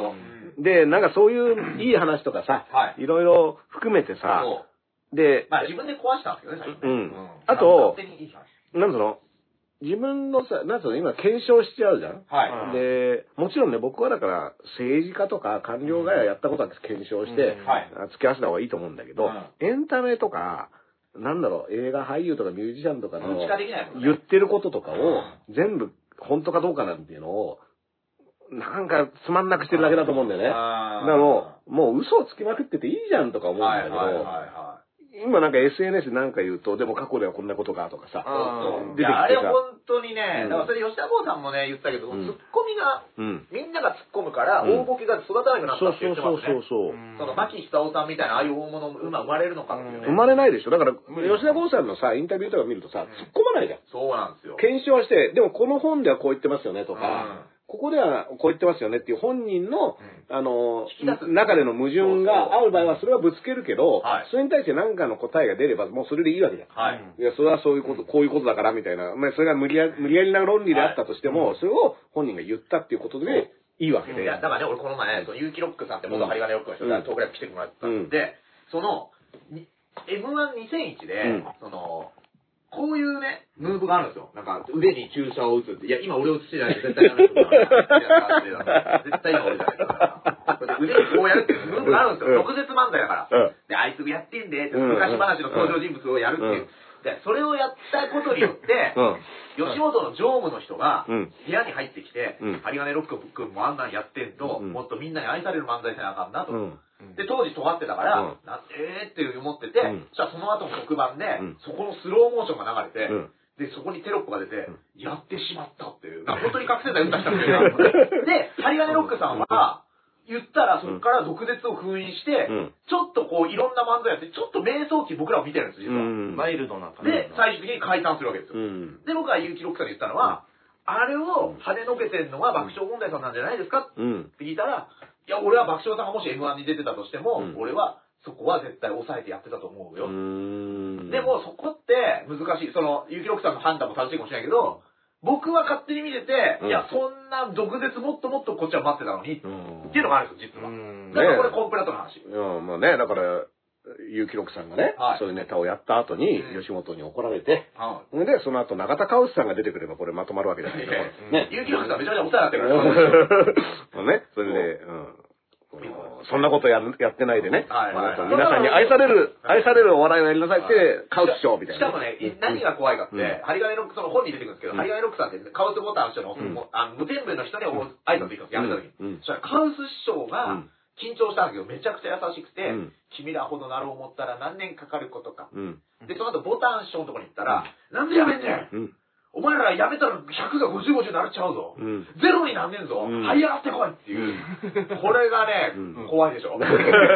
で、なんかそういういい話とかさ、いろいろ含めてさ、で、 まあ自分で壊したんですけどね、最初ね。 あと、なんつうの、自分のさ、なんつうの、今検証しちゃうじゃん。で、もちろんね、僕はだから政治家とか官僚がやったことは検証して、付き合わせた方がいいと思うんだけど、エンタメとか、なんだろう、映画俳優とかミュージシャンとかの言ってることとかを全部本当かどうかなんていうのを、なんかつまんなくしてるだけだと思うんだよね。だからもう嘘をつきまくってていいじゃんとか思うんだけど、今なんか SNS なんか言うと、でも過去ではこんなことがとかさ、 出てきてさ。あれ本当にね、だからそれ吉田剛さんもね、言ったけど、ツッコミが、みんなが突っ込むから、大ボケが育たなくなったって言ってますね。その牧久夫さんみたいなああいう大物生まれるのかっていうね。 生まれないでしょ。だから、吉田剛さんのさ、インタビューとか見るとさ、突っ込まないじゃん。 そうなんですよ。 検証して、でもこの本ではこう言ってますよねとか、ここではこう言ってますよねっていう本人の、中での矛盾がある場合はそれはぶつけるけど、それに対して何かの答えが出ればもうそれでいいわけじゃん。いや、それはそういうこと、こういうことだからみたいな、まあ、それが無理やりな論理であったとしても、それを本人が言ったっていうことでいいわけで。 いや、だからね、俺この前、結城ロックさんって元ハリガネロックの人がトークライブ来てもらったんで、その、M12001 で、こういうね、ムーブがあるんですよ。なんか、腕に注射を打つって。いや、今俺を打つじゃないと絶対やめるから。絶対今俺じゃないから。腕にこうやるっていうムーブがあるんですよ。毒舌漫才だから。で、あいつやってんで、昔話の登場人物をやるっていう。で、それをやったことによって、吉本の常務の人が、部屋に入ってきて、ハリガネロック君もあんなんやってんと、もっとみんなに愛される漫才せなあかんなと。で、当時尖ってたから、って思ってて、そしたらその後の特番で、そこのスローモーションが流れて、で、そこにテロップが出て、やってしまったっていう。本当に覚醒剤打った人みたいな。で、ハリガネロックさんは、言ったらそこから毒舌を封印して、ちょっとこういろんな漫才やって、ちょっと迷走期僕らを見てるんですよ、実は。 マイルドな感じ。で、最終的に解散するわけですよ。で、僕は結城ロックさんに言ったのは、あれを跳ねのけてるのは爆笑問題さんなんじゃないですかって聞いたら、いや、俺は爆笑さんがもし M1 に出てたとしても、俺はそこは絶対抑えてやってたと思うよ。でもそこって難しい。その、結城ロックさんの判断も正しいかもしれないけど、僕は勝手に見てて、いや、そんな毒舌もっともっとこっちは待ってたのに、っていうのがあるんですよ、実は。だからこれコンプラとの話。 まあね、だから、結城ロックさんがね、そういうネタをやった後に、吉本に怒られて、で、その後、永田カウスさんが出てくれば、これまとまるわけじゃないですか。 ね、結城ロックさんめちゃめちゃお世話になってるから。 ね、それで、そんなことやってないでね、皆さんに愛されるお笑いをやりなさいって、カウス賞みたいな。 しかもね、何が怖いかって、ハリガネロック、その本に出てくるんですけど、ハリガネロックさんってカウスボタンの人の、無天文の人に挨拶できるんです、やめた時に。そしたらカウス師匠が、緊張したんだけど、めちゃくちゃ優しくて、君らほどなる思ったら何年かかることか。で、その後ボタン師匠のとこに行ったら、なんでやめんねんお前らやめたら100が50、50になっちゃうぞ。ゼロになんねんぞ。這い上がってこいっていう。これがね、怖いでしょ。ボ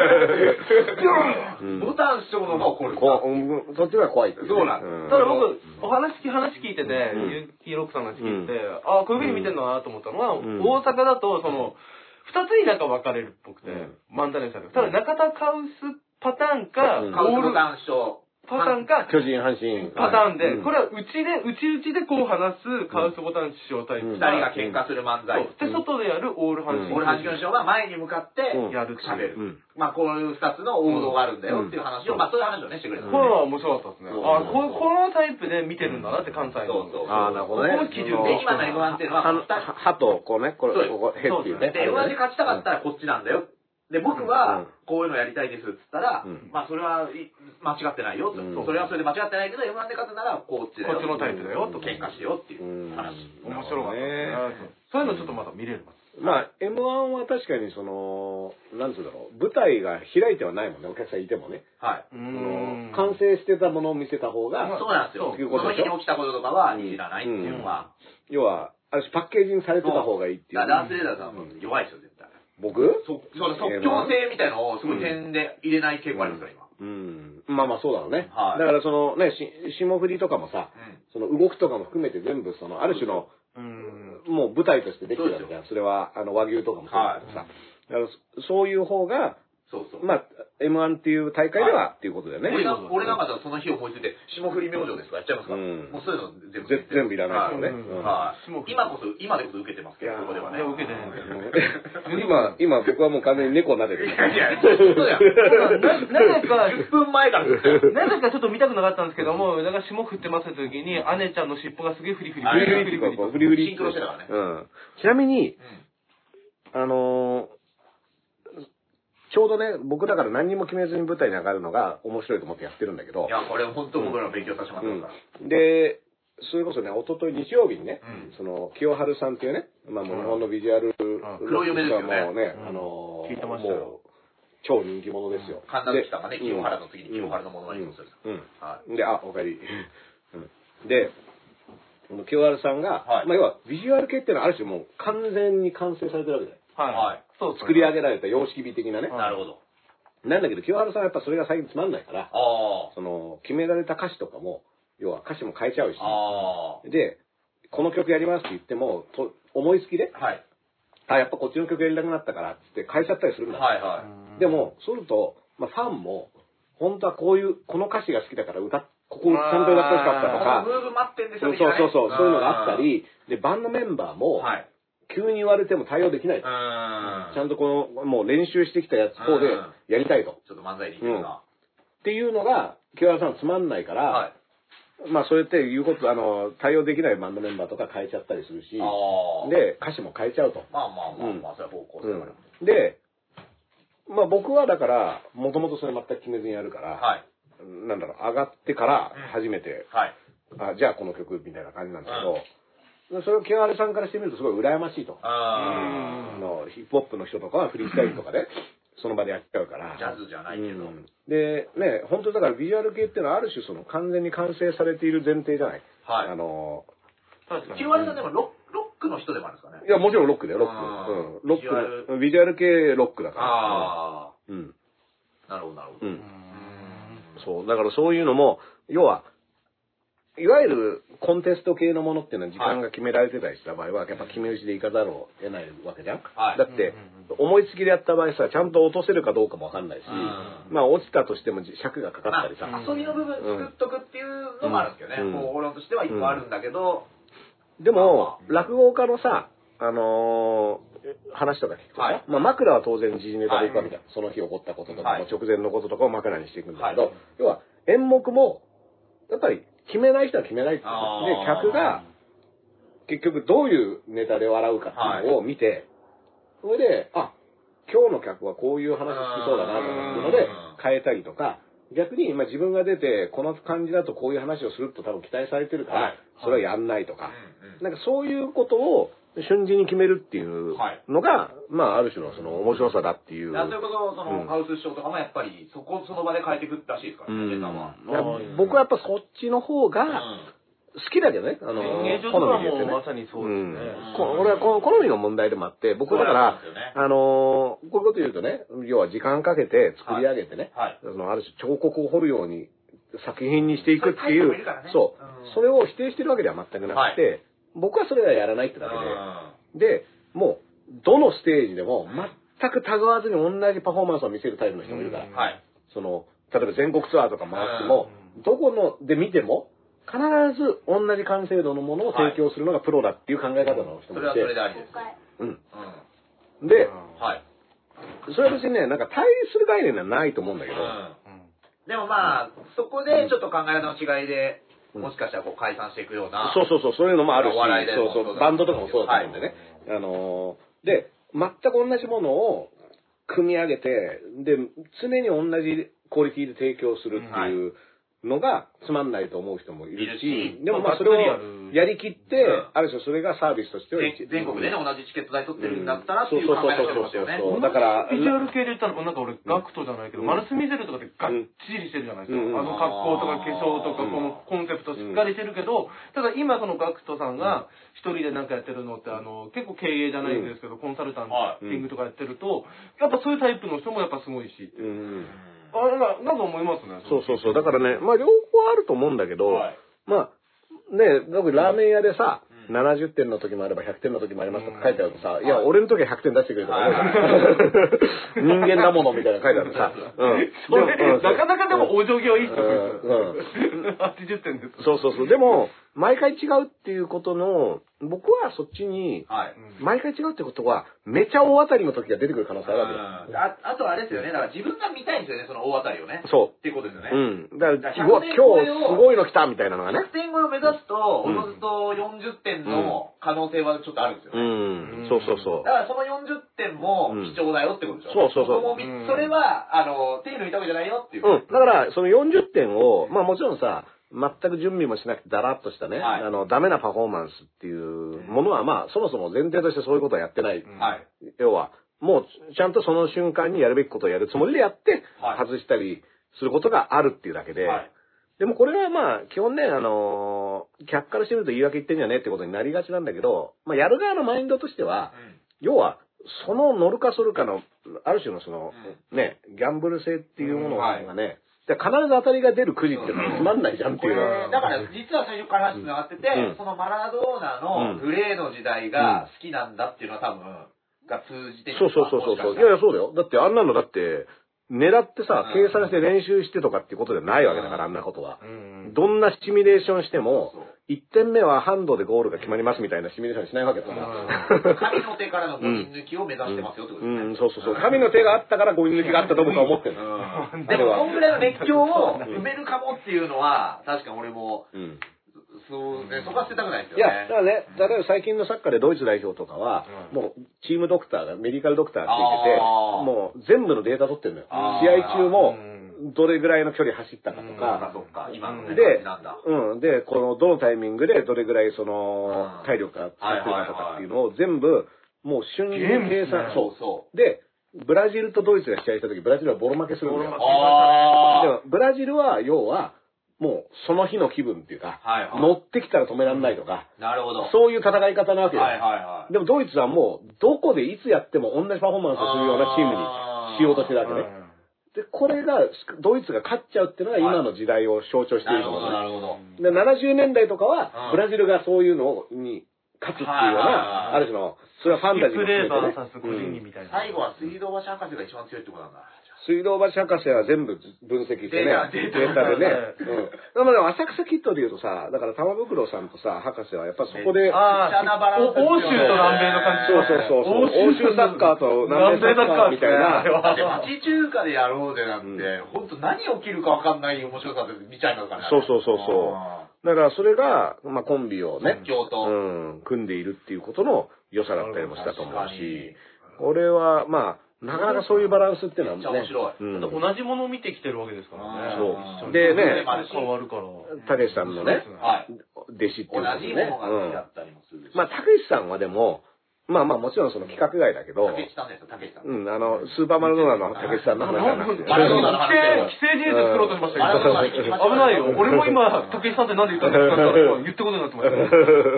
タン師匠の方が怒る。 そっちが怖い。 そうなんです。 ただ僕、話聞いてて、結城ロックさんの話聞いて、ああ、こういう風に見てんだなと思ったのは、大阪だと、二つになんか分かれるっぽくて、漫才の人ただ中田カウスパターンか、 カウスボタン師匠。 パターンか、 巨人阪神パターンで、これは内でこう話すカウスボタン師匠タイプ。 二人が喧嘩する漫才。 で、外でやるオール阪神。 オール阪神師匠が前に向かってやる、喋る。まあ、こういう二つの王道があるんだよっていう話を、まあ、そういう話をね、してくれた。 これは面白かったですね。あ、このタイプで見てるんだなって関西の。 ああ、なるほどね。 この基準で、今の M1 っていうのは、 歯と、こうね、これ、ここ、へっていうね。 で、M1 で勝ちたかったらこっちなんだよ。で、僕は、こういうのやりたいですって言ったら、まあ、それは間違ってないよと。それはそれで間違ってないけど、M1 で勝つなら、こっちだよ。 こっちのタイプだよと。 喧嘩しようっていう話。 面白かったね。そういうのちょっとまだ見れます。 まあ、M1 は確かになんつうんだろう、舞台が開いてはないもんね、お客さんいてもね。 はい。 完成してたものを見せた方が、 そうなんですよ。その日に起きたこととかは知らないっていうのは。 要は、ある種パッケージにされてた方がいいっていう。 ダースレーダーさんも弱いですよ、絶対。 僕即興性みたいなのをすごい点で入れない傾向ありますから、今。 まあまあそうだろうね。だから霜降りとかもさ、その動きとかも含めて全部ある種の、もう舞台としてできてるわけじゃん。それは、和牛とかもそうだけどさ。だからそういう方が、 そうそう。 まあ、M1 っていう大会ではっていうことだよね。 俺なんかその日思いついて、霜降り明星ですかやっちゃいますか？もうそういうの全部いらないですよね。 今でこそ受けてますけど、ここではね。 受けてないんだよ。 今僕はもう完全に猫撫でてる。 いや、そうだよ。 なぜか、 10分前から。 なぜかちょっと見たくなかったんですけども、だから霜降ってますって時に、姉ちゃんの尻尾がすげえフリフリ。 フリフリ。 シンクロしてたからね。 ちなみに、ちょうどね、僕だから何にも決めずに舞台に上がるのが面白いと思ってやってるんだけど。 いや、これ本当僕ら勉強させてもらってますから。 で、それこそね、一昨日日曜日にね、清春さんっていうね、まあもう日本のビジュアル黒夢ですよね。 もうね、 聞いてましたよ。 超人気者ですよ。 神田さんがね、清原の次に清原のものまねをする。 で、おかえり。で、清原さんが、まあ要はビジュアル系っていうのはある種もう完全に完成されてるわけだよ。 はい。 そう作り上げられた様式美的なね。 なるほど。 なんだけど、清原さんはやっぱそれが最近つまんないから、決められた歌詞とかも、要は歌詞も変えちゃうし、で、この曲やりますって言っても、思いつきで、やっぱこっちの曲やりたくなったからって変えちゃったりするんだ。でも、そうすると、まあファンも、本当はこの歌詞が好きだからここちゃんと歌ってほしかったとか、 ムーブ待ってんでしょみたいな。そういうのがあったり、で、バンドメンバーも、急に言われても対応できない。ちゃんともう練習してきたやつ方でやりたいと。 ちょっと漫才に行ってるな。 っていうのが、清原さんつまんないから、まあそうやって言うこと、対応できないバンドメンバーとか変えちゃったりするし、で、歌詞も変えちゃうと。 まあ、それは方向性だから。 で、まあ僕はだから、もともとそれ全く決めずにやるから、なんだろう、上がってから初めて、じゃあこの曲みたいな感じなんだけど、それを清原さんからしてみるとすごい羨ましいと。ヒップホップの人とかはフリースタイルとかで、その場でやっちゃうから。 ジャズじゃないけど。 で、ね、本当だからビジュアル系っていうのはある種完全に完成されている前提じゃない。 清原さんでもロックの人でもあるんですかね。 いや、もちろんロックだよ、ロック。ビジュアル系ロックだから。 なるほど、なるほど。 そう、だからそういうのも、要は、いわゆるコンテスト系のものっていうのは時間が決められてたりした場合は、やっぱ決め打ちでいかざるを得ないわけじゃん。だって、思いつきでやった場合さ、ちゃんと落とせるかどうかもわかんないし、まあ落ちたとしても尺がかかったりさ。 遊びの部分作っとくっていうのもあるんですけどね。方法論としては一個あるんだけど。 でも、落語家のさ、話とか聞くとさ、まあ枕は当然時事ネタでいくわけじゃん。その日起こったこととか、直前のこととかを枕にしていくんだけど、要は演目も、やっぱり決めない人は決めないっていう。で、客が結局どういうネタで笑うかっていうのを見て、それで、今日の客はこういう話好きそうだなというので変えたりとか、逆に自分が出てこの感じだとこういう話をすると多分期待されてるから、それはやんないとか、なんかそういうことを瞬時に決めるっていうのが、まあある種の面白さだっていう。 そういうことをハウス師匠とかもやっぱりその場で変えていくらしいですからね、 僕はやっぱそっちの方が好きだけどね。 演芸場とかもまさにそうですね。 俺は好みの問題でもあって、僕だから、こういうこと言うとね、要は時間かけて作り上げてね、ある種彫刻を彫るように作品にしていくっていう、それを否定してるわけでは全くなくて、僕はそれはやらないってだけで、で、もう、どのステージでも全くたがわずに同じパフォーマンスを見せるタイプの人もいるから、例えば全国ツアーとか回っても、どこので見ても、必ず同じ完成度のものを提供するのがプロだっていう考え方の人もいて。 それはそれでありです。 で、それは別にね、なんか対立する概念はないと思うんだけど、 でもまあ、そこでちょっと考え方の違いで、もしかしたら解散していくような。 そういうのもあるし、バンドとかもそうだと思うんでね。で、全く同じものを組み上げて、で、常に同じクオリティで提供するっていうのがつまんないと思う人もいるし、でもまあそれをやりきって、ある種それがサービスとしては全国でね、同じチケット代取ってるんだったらっていう考え方ですよね。 だから、 ビジュアル系で言ったら、なんか俺、ガクトじゃないけど、マルスミゼルとかでがっちりしてるじゃないですか。格好とか化粧とか、このコンセプトしっかりしてるけど、ただ今そのガクトさんが一人でなんかやってるのって、結構経営じゃないんですけど、コンサルタンティングとかやってると、やっぱそういうタイプの人もやっぱすごいし。なんか思いますね。 だからね、まあ両方あると思うんだけど、まあね、ラーメン屋でさ、 70点の時もあれば100点の時もありますとか書いてあるとさ、いや、俺の時は100点出してくれとか思うじゃん。人間だものみたいな書いてあるとさ。 なかなかでもお上げはいい人80点です。 そうそうそう。でも、毎回違うっていうことの、僕はそっちに、毎回違うってことは、めちゃ大当たりの時が出てくる可能性あるわけよ。 あとあれですよね、だから自分が見たいんですよね、その大当たりをね。 そう。 っていうことですよね。 だから、うわ、今日すごいの来たみたいなのがね。 100点超えを目指すと、おのずと40点の可能性はちょっとあるんですよね。 そうそうそう。 だからその40点も貴重だよってことでしょ。 そうそうそう。 それは、手抜いたわけじゃないよっていう。 だから、その40点を、まあもちろんさ、全く準備もしなくてだらっとしたね、ダメなパフォーマンスっていうものは、まあそもそも前提としてそういうことはやってない。要は、もうちゃんとその瞬間にやるべきことをやるつもりでやって、外したりすることがあるっていうだけで、でもこれはまあ、基本ね、客からしてみると言い訳言ってんじゃねえってことになりがちなんだけど、まあやる側のマインドとしては、要は、その乗るかそるかの、ある種のその、ね、ギャンブル性っていうものがね、必ず当たりが出るくじっていうのはつまんないじゃんっていう。 だから実は最初から話繋がってて、そのマラドーナのグレーの時代が好きなんだっていうのは多分、が通じてる。 そう。いやいや、そうだよ。だってあんなのだって、狙ってさ、計算して練習してとかっていうことじゃないわけだから、あんなことは。どんなシミュレーションしても、1点目はハンドでゴールが決まりますみたいなシミュレーションしないわけだから。 神の手からの5人抜きを目指してますよってことですね。 そう。神の手があったから5人抜きがあったと僕は思ってる。 でも、こんぐらいの熱狂を埋めるかもっていうのは、確かに俺も、そうね、そこは捨てたくないですよね。 いや、だからね、例えば最近のサッカーでドイツ代表とかは、もうチームドクターが、メディカルドクターがついてて、もう全部のデータ取ってるのよ。試合中も、どれぐらいの距離走ったかとか、で、このどのタイミングでどれぐらいその体力が使ってるかとかっていうのを全部、もう瞬時に計算、で、ブラジルとドイツが試合した時、ブラジルはボロ負けするんだよ。でも、ブラジルは要は、もう、その日の気分っていうか、乗ってきたら止めらんないとか、そういう戦い方なわけよ。でもドイツはもう、どこでいつやっても同じパフォーマンスをするようなチームにしようとしてるわけね。で、これが、ドイツが勝っちゃうっていうのが今の時代を象徴していると思う。で、70年代とかは、ブラジルがそういうのに勝つっていうような、ある種の、それはファンタジーの、 最後は水道橋博士が一番強いってことなんだ。 水道橋博士は全部分析してね、データでね。でも浅草キッドで言うとさ、だから玉袋さんとさ、博士はやっぱそこで、 欧州と南米の感じ。 そう。欧州サッカーと南米サッカーみたいな。 町中華でやろうでなんて、本当何起きるか分かんない面白さで見ちゃいますからね。 そう。だからそれが、まあコンビをね、組んでいるっていうことの良さだったりもしたと思うし、これはまあ、なかなかそういうバランスっていうのはね。 面白い。 同じものを見てきてるわけですからね。 そう。でね、 変わるから。 たけしさんのね、弟子っていうことね。同じものが好きだったりもする。 まあ、たけしさんはでも、まあもちろんその企画外だけど、 たけしさんですよ、たけしさん。 スーパーマラドーナのたけしさんの話じゃなくて。 既成事実作ろうとしましたけど、危ないよ。俺も今、たけしさんってなんで言ったんですか言ってことになってました。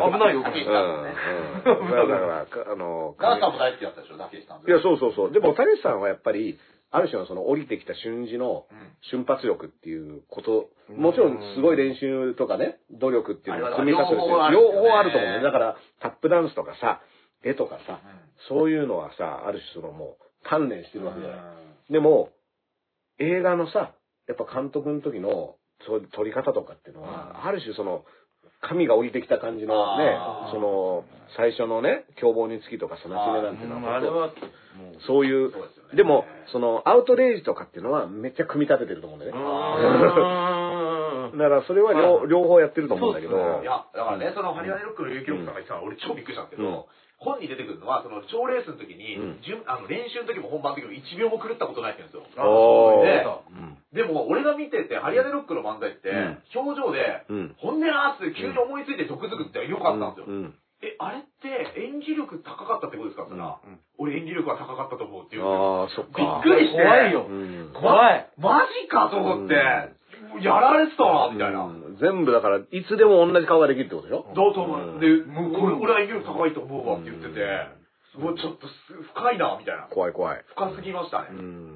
危ないよ、たけしさんね。 だから、 ガーさんも大好きだったでしょ、たけしさん。 いや、そう。でも、たけしさんはやっぱり、ある種のその降りてきた瞬時の瞬発力っていうこと、もちろんすごい練習とかね、努力っていうのを組み立てる。両方あると思うね。だから、タップダンスとかさ、絵とかさ、そういうのはさ、ある種そのもう、鍛錬してるわけじゃない。でも、映画のさ、やっぱ監督の時の、そういう撮り方とかっていうのは、ある種その、神が降りてきた感じのね、その、最初のね、凶暴につきとか、そのちねなんていうのは、そういう、でも、その、アウトレイジとかっていうのは、めっちゃ組み立ててると思うんだよね。だから、それは両方やってると思うんだけど。 いや、だからね、その、ハリワネロックの有機力さんが言ってたの、俺超びっくりしたんですけど、本に出てくるのは、その、賞レースの時に、練習の時も本番の時も1秒も狂ったことないって言うんですよ。でも、俺が見てて、ハリワネロックの漫才って、表情で、ほんでなーって急に思いついて毒づくってよかったんですよ。あれって演技力高かったってことですかって言ったら、俺演技力は高かったと思うっていう。びっくりして。 怖いよ。怖い。 マジかと思って、やられてたな、みたいな。 全部だから、いつでも同じ顔ができるってことでしょ？ だと思う。で、もうこれ、俺は演技力高いと思うわって言ってて、もうちょっと深いな、みたいな。 怖い。 深すぎましたね。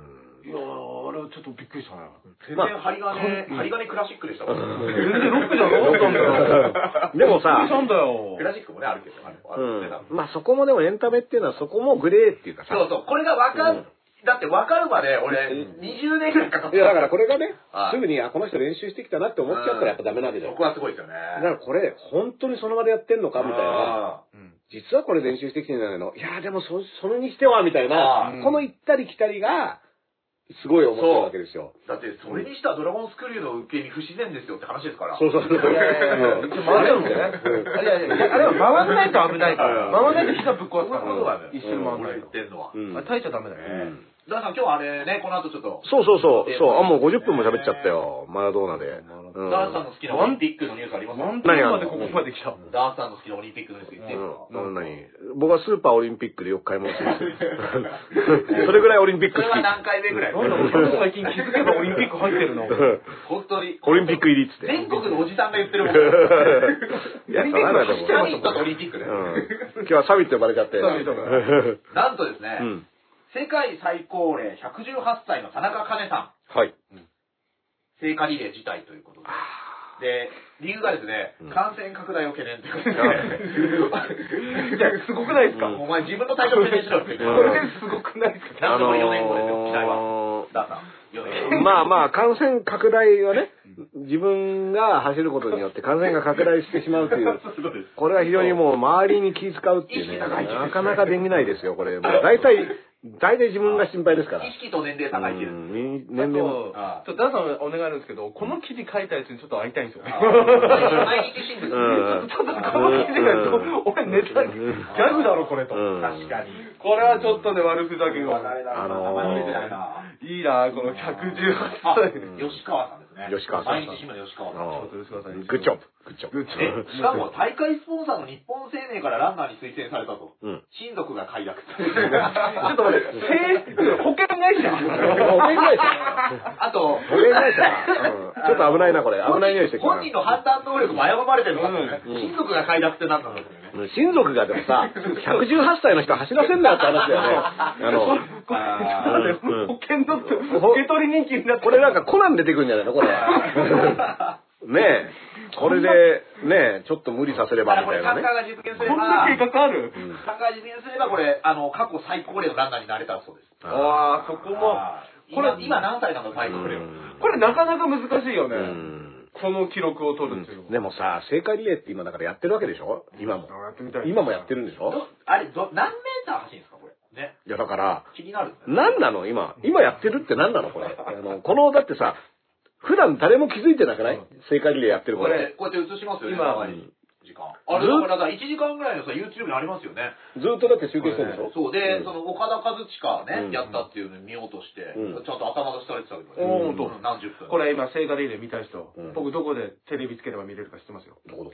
いやー、あれはちょっとびっくりしたね。 全然針金クラシックでしたもん。 全然ロックじゃなかったんだよ。 でもさ、 クラシックもね、あるけど、 まあそこもでもエンタメっていうのはそこもグレーっていうかさ。 そうそう、これがだって分かるまで俺、20年くらいかかった。 いやだからこれがね、すぐに、この人練習してきたなって思っちゃったらやっぱダメなんだよ。 そこはすごいですよね。 だからこれ、本当にその場でやってんのかみたいな。実はこれ練習してきてんじゃないの？いやでもそれにしてはみたいな、この行ったり来たりが、すごい面白いわけですよ。 だって、それにしたらドラゴンスクリューの受け身不自然ですよって話ですから。 そう。 回っちゃうんだよね。あれは回んないと危ないから。回んないと膝ぶっ壊すから。一瞬回んないと。 言ってんのは。 耐えちゃダメだよ。 ダーさん今日あれね、この後ちょっと。 そう。もう50分も喋っちゃったよ。マラドーナで。 ダーさんの好きなオリンピックのニュースありますか？ 何までここまで来た。 ダーさんの好きなオリンピックのニュース言っていいですか？ 僕はスーパーオリンピックでよく買い物する。それぐらいオリンピック好き。 それは何回目ぐらい？ 最近気づけばオリンピック入ってるの。 本当に。 オリンピック入りっつって。 全国のおじさんが言ってるもん。 いや、そうなんだもん。 サミットとオリンピックね。 今日はサミット呼ばれちゃって。 なんとですね、世界最高齢118歳の田中カネさん。 はい。 聖火リレー自体ということで。で、理由がですね、感染拡大を懸念ということで。 いや、すごくないですか？ お前自分の体調懸念しろって言って。 これすごくないですか？ なんとこれ4年後ですよ、期待は。ダーさん。 まあ、感染拡大はね、自分が走ることによって感染が拡大してしまうという、これは非常にもう周りに気遣うっていうね、なかなかできないですよ、これ。大体自分が心配ですから。 意識と年齢高いっていう。 年齢も。 ダーさんお願いあるんですけど、この記事書いたやつにちょっと会いたいんですよね。 毎日新聞。 ちょっとこの記事が、俺ネタ、ギャグだろこれと。 確かに。 これはちょっとね、悪ふざけが。いいな、この118歳。 吉川さんですね。 吉川さん。 毎日新聞の吉川さん。 グッジョブ。 しかも大会スポンサーの日本生命からランナーに推薦されたと。親族が快諾。ちょっと待って、保険会社あと、 保険会社ちょっと危ないな、これ。危ない匂いしてきた。 本人の判断能力も危ばれてるのかね。親族が快諾ってなんだろうね。 親族がでもさ、118歳の人走らせんなよって話だよね。 保険の受け取り人気になって。 これなんかコナン出てくるんじゃないのこれは。ねえ。これで、ねえ、ちょっと無理させればみたいなね。 参加が実現すれば、 こんな計画ある？ 参加が実現すれば、これ、過去最高齢のランナーになれたそうです。 ああ、そこも。 これ、今何歳なの最高齢の。 これなかなか難しいよね。この記録を取るっていうの。 でもさ、聖火リレーって今だからやってるわけでしょ今も。今もやってるんでしょあれ、何メーター走るんですかこれ。ね。 いやだから、 気になる。 何なの今やってるって何なのこれ。この、だってさ、普段誰も気づいてなくない？聖火リレーやってるこれ。 こうやって映しますよね、今。時間。あれだから1時間ぐらいのさ、YouTube にありますよね。 ずっとだって集計してるでしょ？ そう。で、その岡田和親ね、やったっていうのを見ようとして、ちゃんと頭出しされてたけどね。何十分。 これ今、聖火リレー見たい人、僕どこでテレビつければ見れるか知ってますよ。 どこ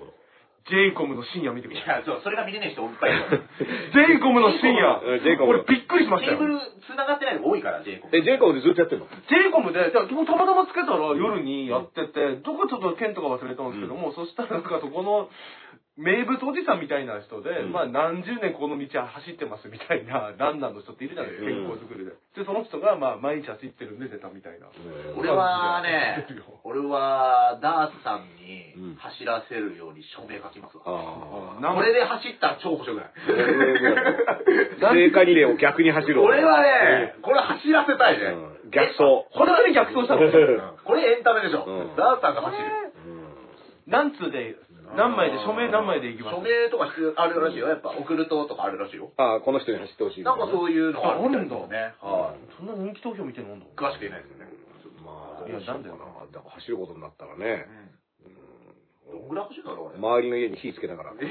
J コムの深夜見てください。 いや、それが見れない人いっぱいいる。 J コムの深夜。これびっくりしましたよ。 ケーブル繋がってないの多いから、J コム。 J コムでずっとやってんの？ J コムで、たまたまつけたら夜にやってて、どこちょっと県とか忘れたんですけども、そしたらなんかそこの、名物おじさんみたいな人で、まあ何十年この道は走ってますみたいなランナーの人っているじゃないですか、健康づくりで。で、その人がまあ毎日走ってるんで出たみたいな。 俺はね、ダースさんに走らせるように署名書きますわ。これで走ったら超面白くない聖火リレーを逆に走る。 俺はね、これ走らせたいね。 逆走。 本当に逆走したの？ これエンタメでしょ。ダースさんが走る。 何通で何枚で、署名何枚でいきます？ 署名とか必要あるらしいよ。やっぱ、送るととかあるらしいよ。 ああ、この人に走ってほしい。 なんかそういうのあるんだね。 はい。そんな人気投票見てるの？ 詳しく言えないですよね。 まあ、 いや、なんだよな。 だから走ることになったらね。 どんぐらい走るんだろうね。 周りの家に火つけながら。いや、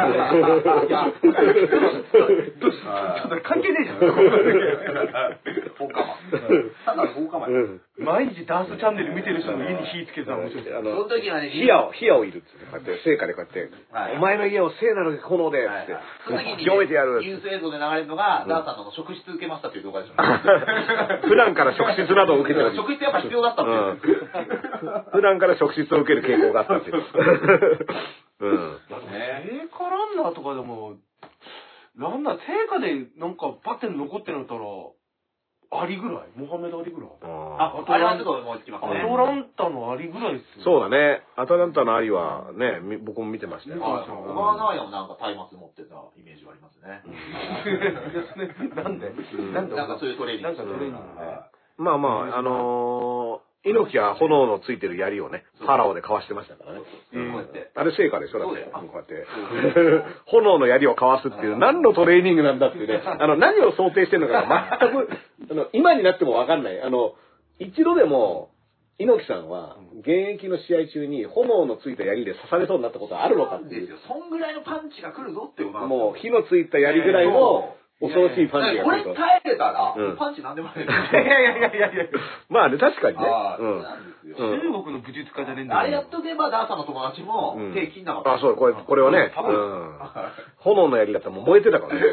関係ねえじゃん。 放火魔。ただ放火魔。 毎日ダースチャンネル見てる人の家に火つけたら面白い。 その時はね、 火矢をいるっつって、こうやって、聖火でこうやって、お前の家を聖なる炎で、つって、清めてやる。 ニュース映像で流れるのが、ダーさんの職質受けましたっていう動画でしょ。 普段から職質などを受けてる。 職質やっぱ必要だったっていう。 普段から職質を受ける傾向があったっていう。 聖火ランナーとかでも、聖火でなんかパッて残ってるんだったら、 アリぐらい、モハメド・アリぐらい。 あれはちょっと思いつきますね。 アトランタのアリぐらいですよ。 そうだね。アトランタのアリはね、僕も見てましたよ。 小川直也もなんか松明持ってたイメージはありますね。 なんでなんかそういうトレーニング。 なんかトレーニング。 まあまあ、猪木は炎のついてる槍をね、ファラオでかわしてましたからね。 こうやって。 あれ成果でしょだって。こうやって。炎の槍をかわすっていう、何のトレーニングなんだっていうね。何を想定してるのか全く、今になってもわかんない。一度でも、猪木さんは、現役の試合中に炎のついた槍で刺されそうになったことはあるのかっていう。 ですよ。そんぐらいのパンチが来るぞってことなんもう、火のついた槍ぐらいの、恐ろしいパンチがこ来ると。 れ耐えれたら、パンチなんでもない。いや。 まあね、確かにね。 中国の武術家じゃねえんだよ。 あれやっとけば、ダーさんの友達も手切んなかった。 あ、そう、これはね、炎の槍だったらもう燃えてたからね。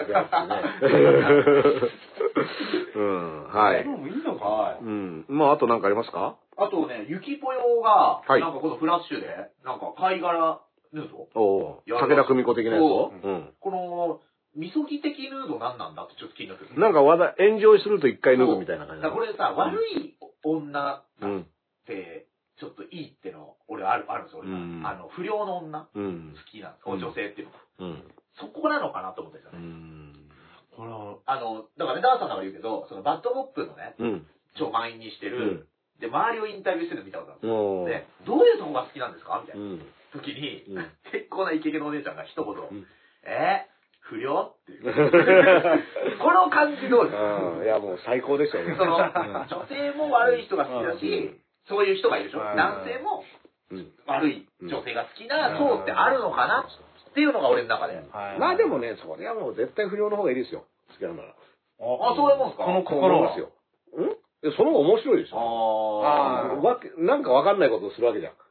はい。 もういいのか。 まあ、あと何かありますか？ あとね、ゆきぽよが、なんかこのフラッシュで、なんか貝殻ヌード武田久美子的なやつをこの、みそぎ的ヌード何なんだってちょっと気になってる。 なんか炎上すると一回脱ぐみたいな感じ。 これさ、悪い女って、ちょっといいっての、俺あるんですよ。不良の女、好きなんです。女性っていうのが。そこなのかなと思ってたね。 これは、 だからね、ダーさんが言うけど、そのバッドモップのね、満員にしてる、で、周りをインタビューしてるの見たことあるんですよ。で、どういうとこが好きなんですかみたいな時に、結構なイケイケのお姉ちゃんが一言、不良っていう。この感じどうですか？ いや、もう最高でしょうね。 女性も悪い人が好きだし、そういう人がいるでしょ。男性も悪い女性が好きな層ってあるのかなっていうのが俺の中で。 まあでもね、それはもう絶対不良の方がいいですよ。好きなんなら。 あ、そういうもんですか？ この心ですよ。その方が面白いでしょ。なんかわかんないことをするわけじゃん。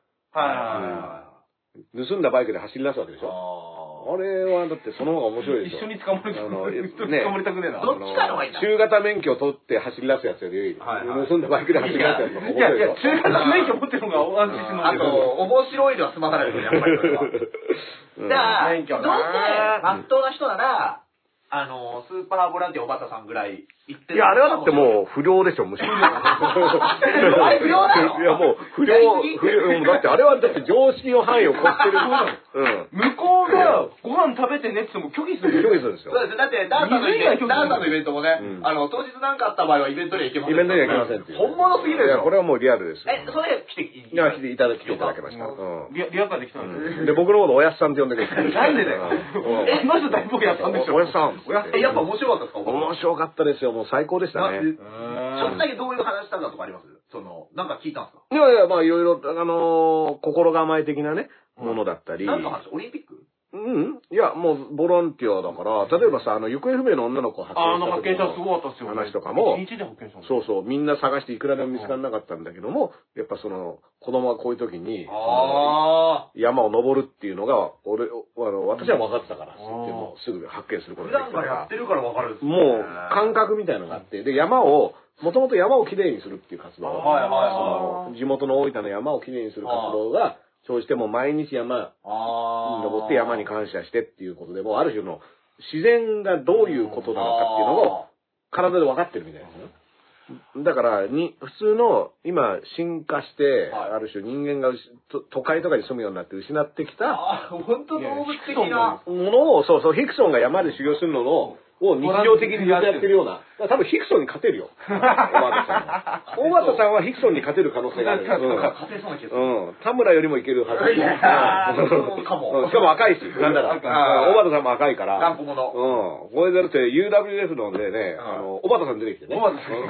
盗んだバイクで走り出すわけでしょ。あれはだってその方が面白いでしょ。 一緒に捕まりたくねえな。 どっちかの方がいいんだ。 中型免許を取って走り出すやつより、盗んだバイクで走り出すやつの方が面白いでしょ。 中型免許持ってるのが安心するの。 あと、面白いでは済まさないですよ、やっぱりそれは。じゃあ、どうせ、まっとうな人なら、スーパーボランティアおばたさんぐらい言ってる。 いや、あれはだってもう不良でしょ、むしろ。 あれ不良なの？ いや、もう不良、だってあれはだって常識の範囲を超してる。 向こうがご飯食べてねって言っても拒否する。 拒否するんですよ。 だって、ダーさんのイベントもね、当日なんかあった場合はイベントには行けません。 イベントには行けませんっていう。 本物すぎるでしょ。 これはもうリアルです。 それ来ていただきました。 リアカーで来たんです。 で、僕のことおやすさんって呼んでくれて。 なんでだよ。あの人だいぶおやすさんでしょ。 おやすさん。 やっぱ面白かったですか？ 面白かったですよ。もう最高でしたね。 ちょっとだけどういう話したかとかあります？なんか聞いたんですか？ いやいや、まあいろいろ、心構え的なね、ものだったり。 何の話？オリンピック？ いや、もう、ボランティアだから、例えばさ、行方不明の女の子を発見したすごかったっすよ。 話とかも、 1日で発見したそうそう、みんな探していくらでも見つからなかったんだけども、やっぱ子供はこういう時に、山を登るっていうのが、私は分かってたから、でもすぐ発見することができたから。 普段からやってるから分かる。 もう、感覚みたいなのがあって、で、もともと山をきれいにするっていう活動。地元の大分の山をきれいにする活動が、生じても毎日山に登って山に感謝してっていうことでも、ある種の自然がどういうことなのかっていうのを体で分かってるみたいですね。だから、普通の今進化して、ある種人間が都会とかに住むようになって失ってきた、 本当動物的なものを、そう、ヒクソンが山で修行するのを日常的にずっとやってるような。多分ヒクソンに勝てるよ。小畑さんはヒクソンに勝てる可能性がある。 勝てそうな気がする。 田村よりもいけるはず。 そうかも。 しかも赤いし、なんだら。小畑さんも赤いから。 ランコモノ。 これだって UWF のでね、小畑さん出てきてね。小畑さん。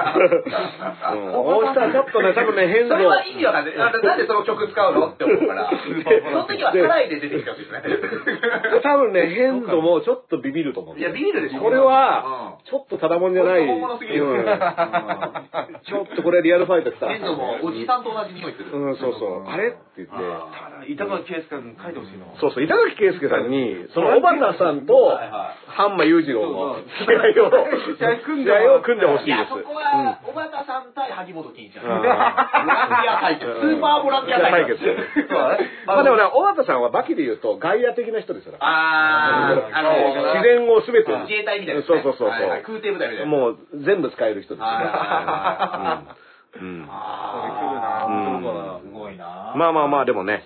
そうしたらちょっとね、多分ね、変それは意味わかんない。なんでその曲使うのって思うから。その時はサライで出てきたんですね。 多分ね、変度もちょっとビビると思う。 いや、ビビるでしょ。 これは、ちょっとただもんじゃない。 本物すぎる。 ちょっとこれリアルファイト来た。 変度もおじさんと同じ匂いする。 そうそう。あれって言って。 板垣圭介君書いてほしいな。 そうそう、板垣圭介さんに、その小畑さんと、ハンマ裕次郎の試合を組んでほしいです。 そこは、小畑さん対萩本欽一。ボランティア対決。スーパーボランティア対決。 まあでもね、小畑さんはバキで言うと外野的な人ですよ。自然を全てに自衛隊みたいな。そうそう。 空挺部隊みたいな。 もう全部使える人ですね。 来るな。 すごいな。 まあ、でもね、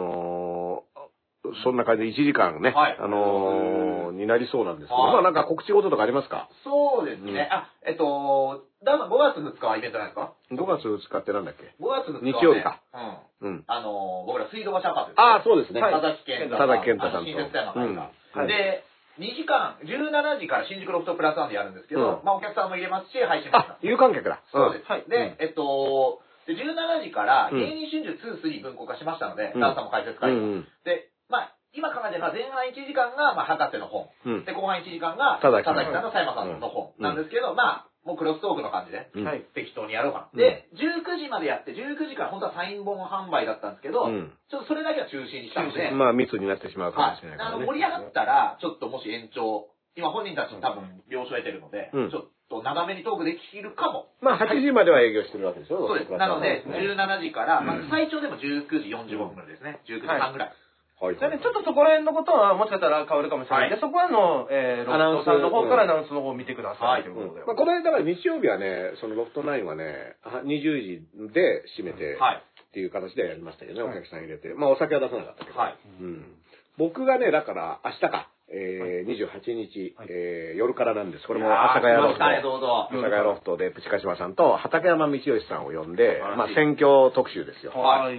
そんな感じで1時間ね、になりそうなんですけど、まあなんか告知事とかありますか？ そうですね。ダウさん5月2日はイベントなんですか ？5月2日ってなんだっけ？ 5月2日は、 日曜日か。 僕ら水道橋アパートです。 ああ、そうですね。 田崎健太さんと。 新設山さん。で、2時間、17時から新宿ロフトプラスワンでやるんですけど、まあお客さんも入れますし、配信もします。 有観客だ。 そうです。で、17時から芸人春秋2、3文庫化しましたので、ダウさんも解説会で、まあ、今考えてるのは前半1時間が、まあ、博士の本。で、後半1時間が、田崎さんの佐山さんの本なんですけど、まあ、もうクロストークの感じで、適当にやろうかな。で、19時までやって、19時から本当はサイン本販売だったんですけど、ちょっとそれだけは中止にしたので、 まあ、密になってしまうかもしれないからね。 盛り上がったら、ちょっともし延長、今本人たちも多分了承得てるので、ちょっと長めにトークできるかも。 まあ、8時までは営業してるわけでしょ？ そうです。なので、17時から、まあ、最長でも19時45分ですね。19時半ぐらい。 ちょっとそこら辺のことはもしかしたら変わるかもしれない。で、そこはロフトさんの方からアナウンスの方を見てくださいということで。 まあ、この間だから日曜日はね、そのロフト9はね、20時で閉めてっていう形でやりましたけどね、お客さん入れて。まあ、お酒は出さなかったけど。僕がね、だから明日か。28日、夜からなんです。これも阿佐ヶ谷ロフト。阿佐ヶ谷ロフトでプチカシマさんと畠山道義さんを呼んで、まあ選挙特集ですよ。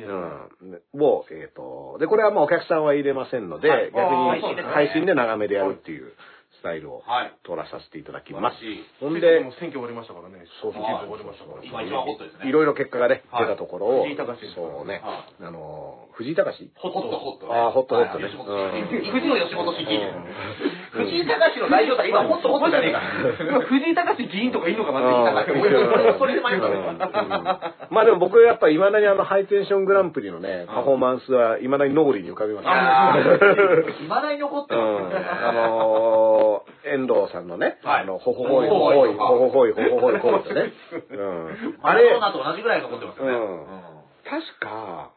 で、これはもうお客さんは入れませんので、逆に配信で長めでやるっていうスタイルを取らさせていただきます。 ほんで、選挙終わりましたからね。 そうそう終わりましたから。今一番ホットですね。 いろいろ結果がね、出たところを、 藤井隆そうね、藤井隆ホット。 ああ、ホットね。 藤野吉本式。藤井隆の代表だ、今ホットじゃねえか。 藤井隆議員とかいいのかなって。 それで迷ったね。 まあでも僕やっぱり未だにハイテンショングランプリのね、パフォーマンスは未だに脳裏に浮かびますね。 未だに残ってますね。 遠藤さんのね、ほほほいってね。 あれと同じぐらい残ってますよね。 確か、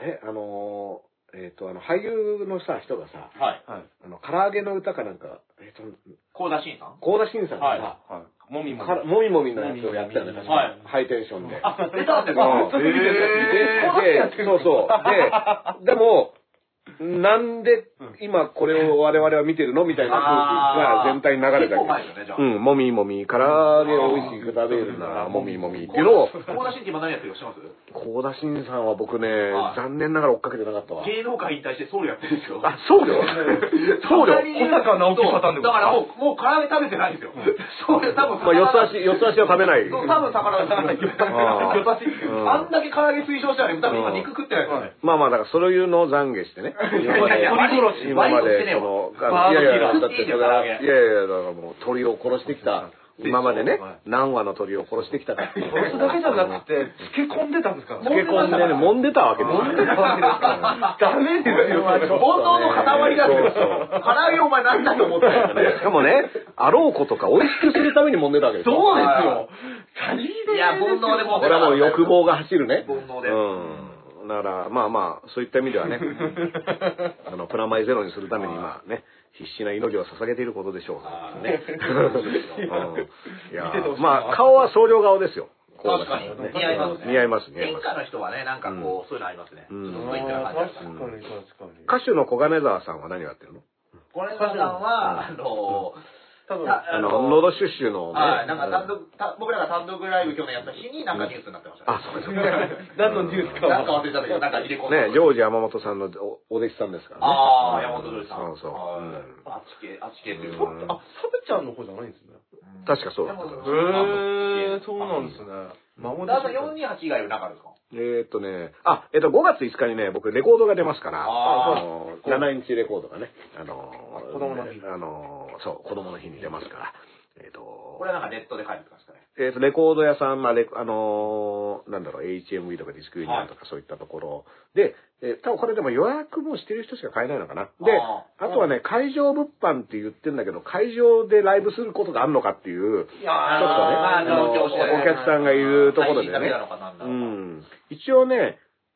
俳優のさ、人がさ、唐揚げの歌かなんか、 高田真さんがさ、もみもみのやつをやったんだよ、ハイテンションで。 出たんですか？ そう。でも、なんで今これを我々は見てるのみたいな空気が全体に流れたけど。もみもみ、唐揚げを美味しく食べるならもみもみっていうのを。 高田真って今何やってるか知ってます？ 高田真さんは僕ね、残念ながら追っかけてなかったわ。 芸能界引退して僧侶やってるんですよ。 あ、僧侶小坂直樹パターンでだからもう唐揚げ食べてないんですよ。僧侶多分。 まあ、四つ足は食べない。 多分魚だと思うんですよ。あんだけ唐揚げ推奨したら多分今肉食ってないですよね。 まあだからそういうのを懺悔してね。今までだからもう鳥を殺してきた。今までね、何羽の鳥を殺してきたか。 殺すだけじゃなくて、漬け込んでたんですから。 漬け込んでね、揉んでたわけですよ。 ダメですよ。 本当の塊だよ。唐揚げお前何だと思ったよね。 しかもね、あろうことか美味しくするために揉んでたわけですよ。 そうですよ。 いや、煩悩でも。 これはもう欲望が走るね。 煩悩で。 だから、まあ、そういった意味ではね、プラマイゼロにするために今ね、必死な命を捧げていることでしょうね。いや、まあ、顔は僧侶顔ですよ。 確かに。似合いますね。 似合いますね。 演歌の人はね、なんかこう、そういうのありますね。ちょっとそういった感じ。 歌手の小金沢さんは何をやってるの？ 小金沢さんは、 のどシュッシュの。 なんか僕らが単独ライブ去年やった日になんかニュースになってました。 あ、そうですね。何のニュースか。 なんか忘れちゃったけど、なんか入れ込んで。 ね、ジョージ山本さんのお弟子さんですからね。 ああ、山本ジョージさん。 そう。 あっち系っていう。 あ、サブちゃんの方じゃないんですね。 確かそうだった。 そうなんですね。 だから428以外はなかったですか ？5月5日にね、僕レコードが出ますから、7インチレコードがね、 子供の日。 そう、子供の日に出ますから。 これはなんかネットで書いてますかね。 レコード屋さん、HMV とかディスクユニオンとかそういったところで、多分これでも予約もしてる人しか買えないのかな。で、あとはね、会場物販って言ってんだけど、会場でライブすることがあるのかっていう、ちょっとね、お客さんがいるところでね。一応ね、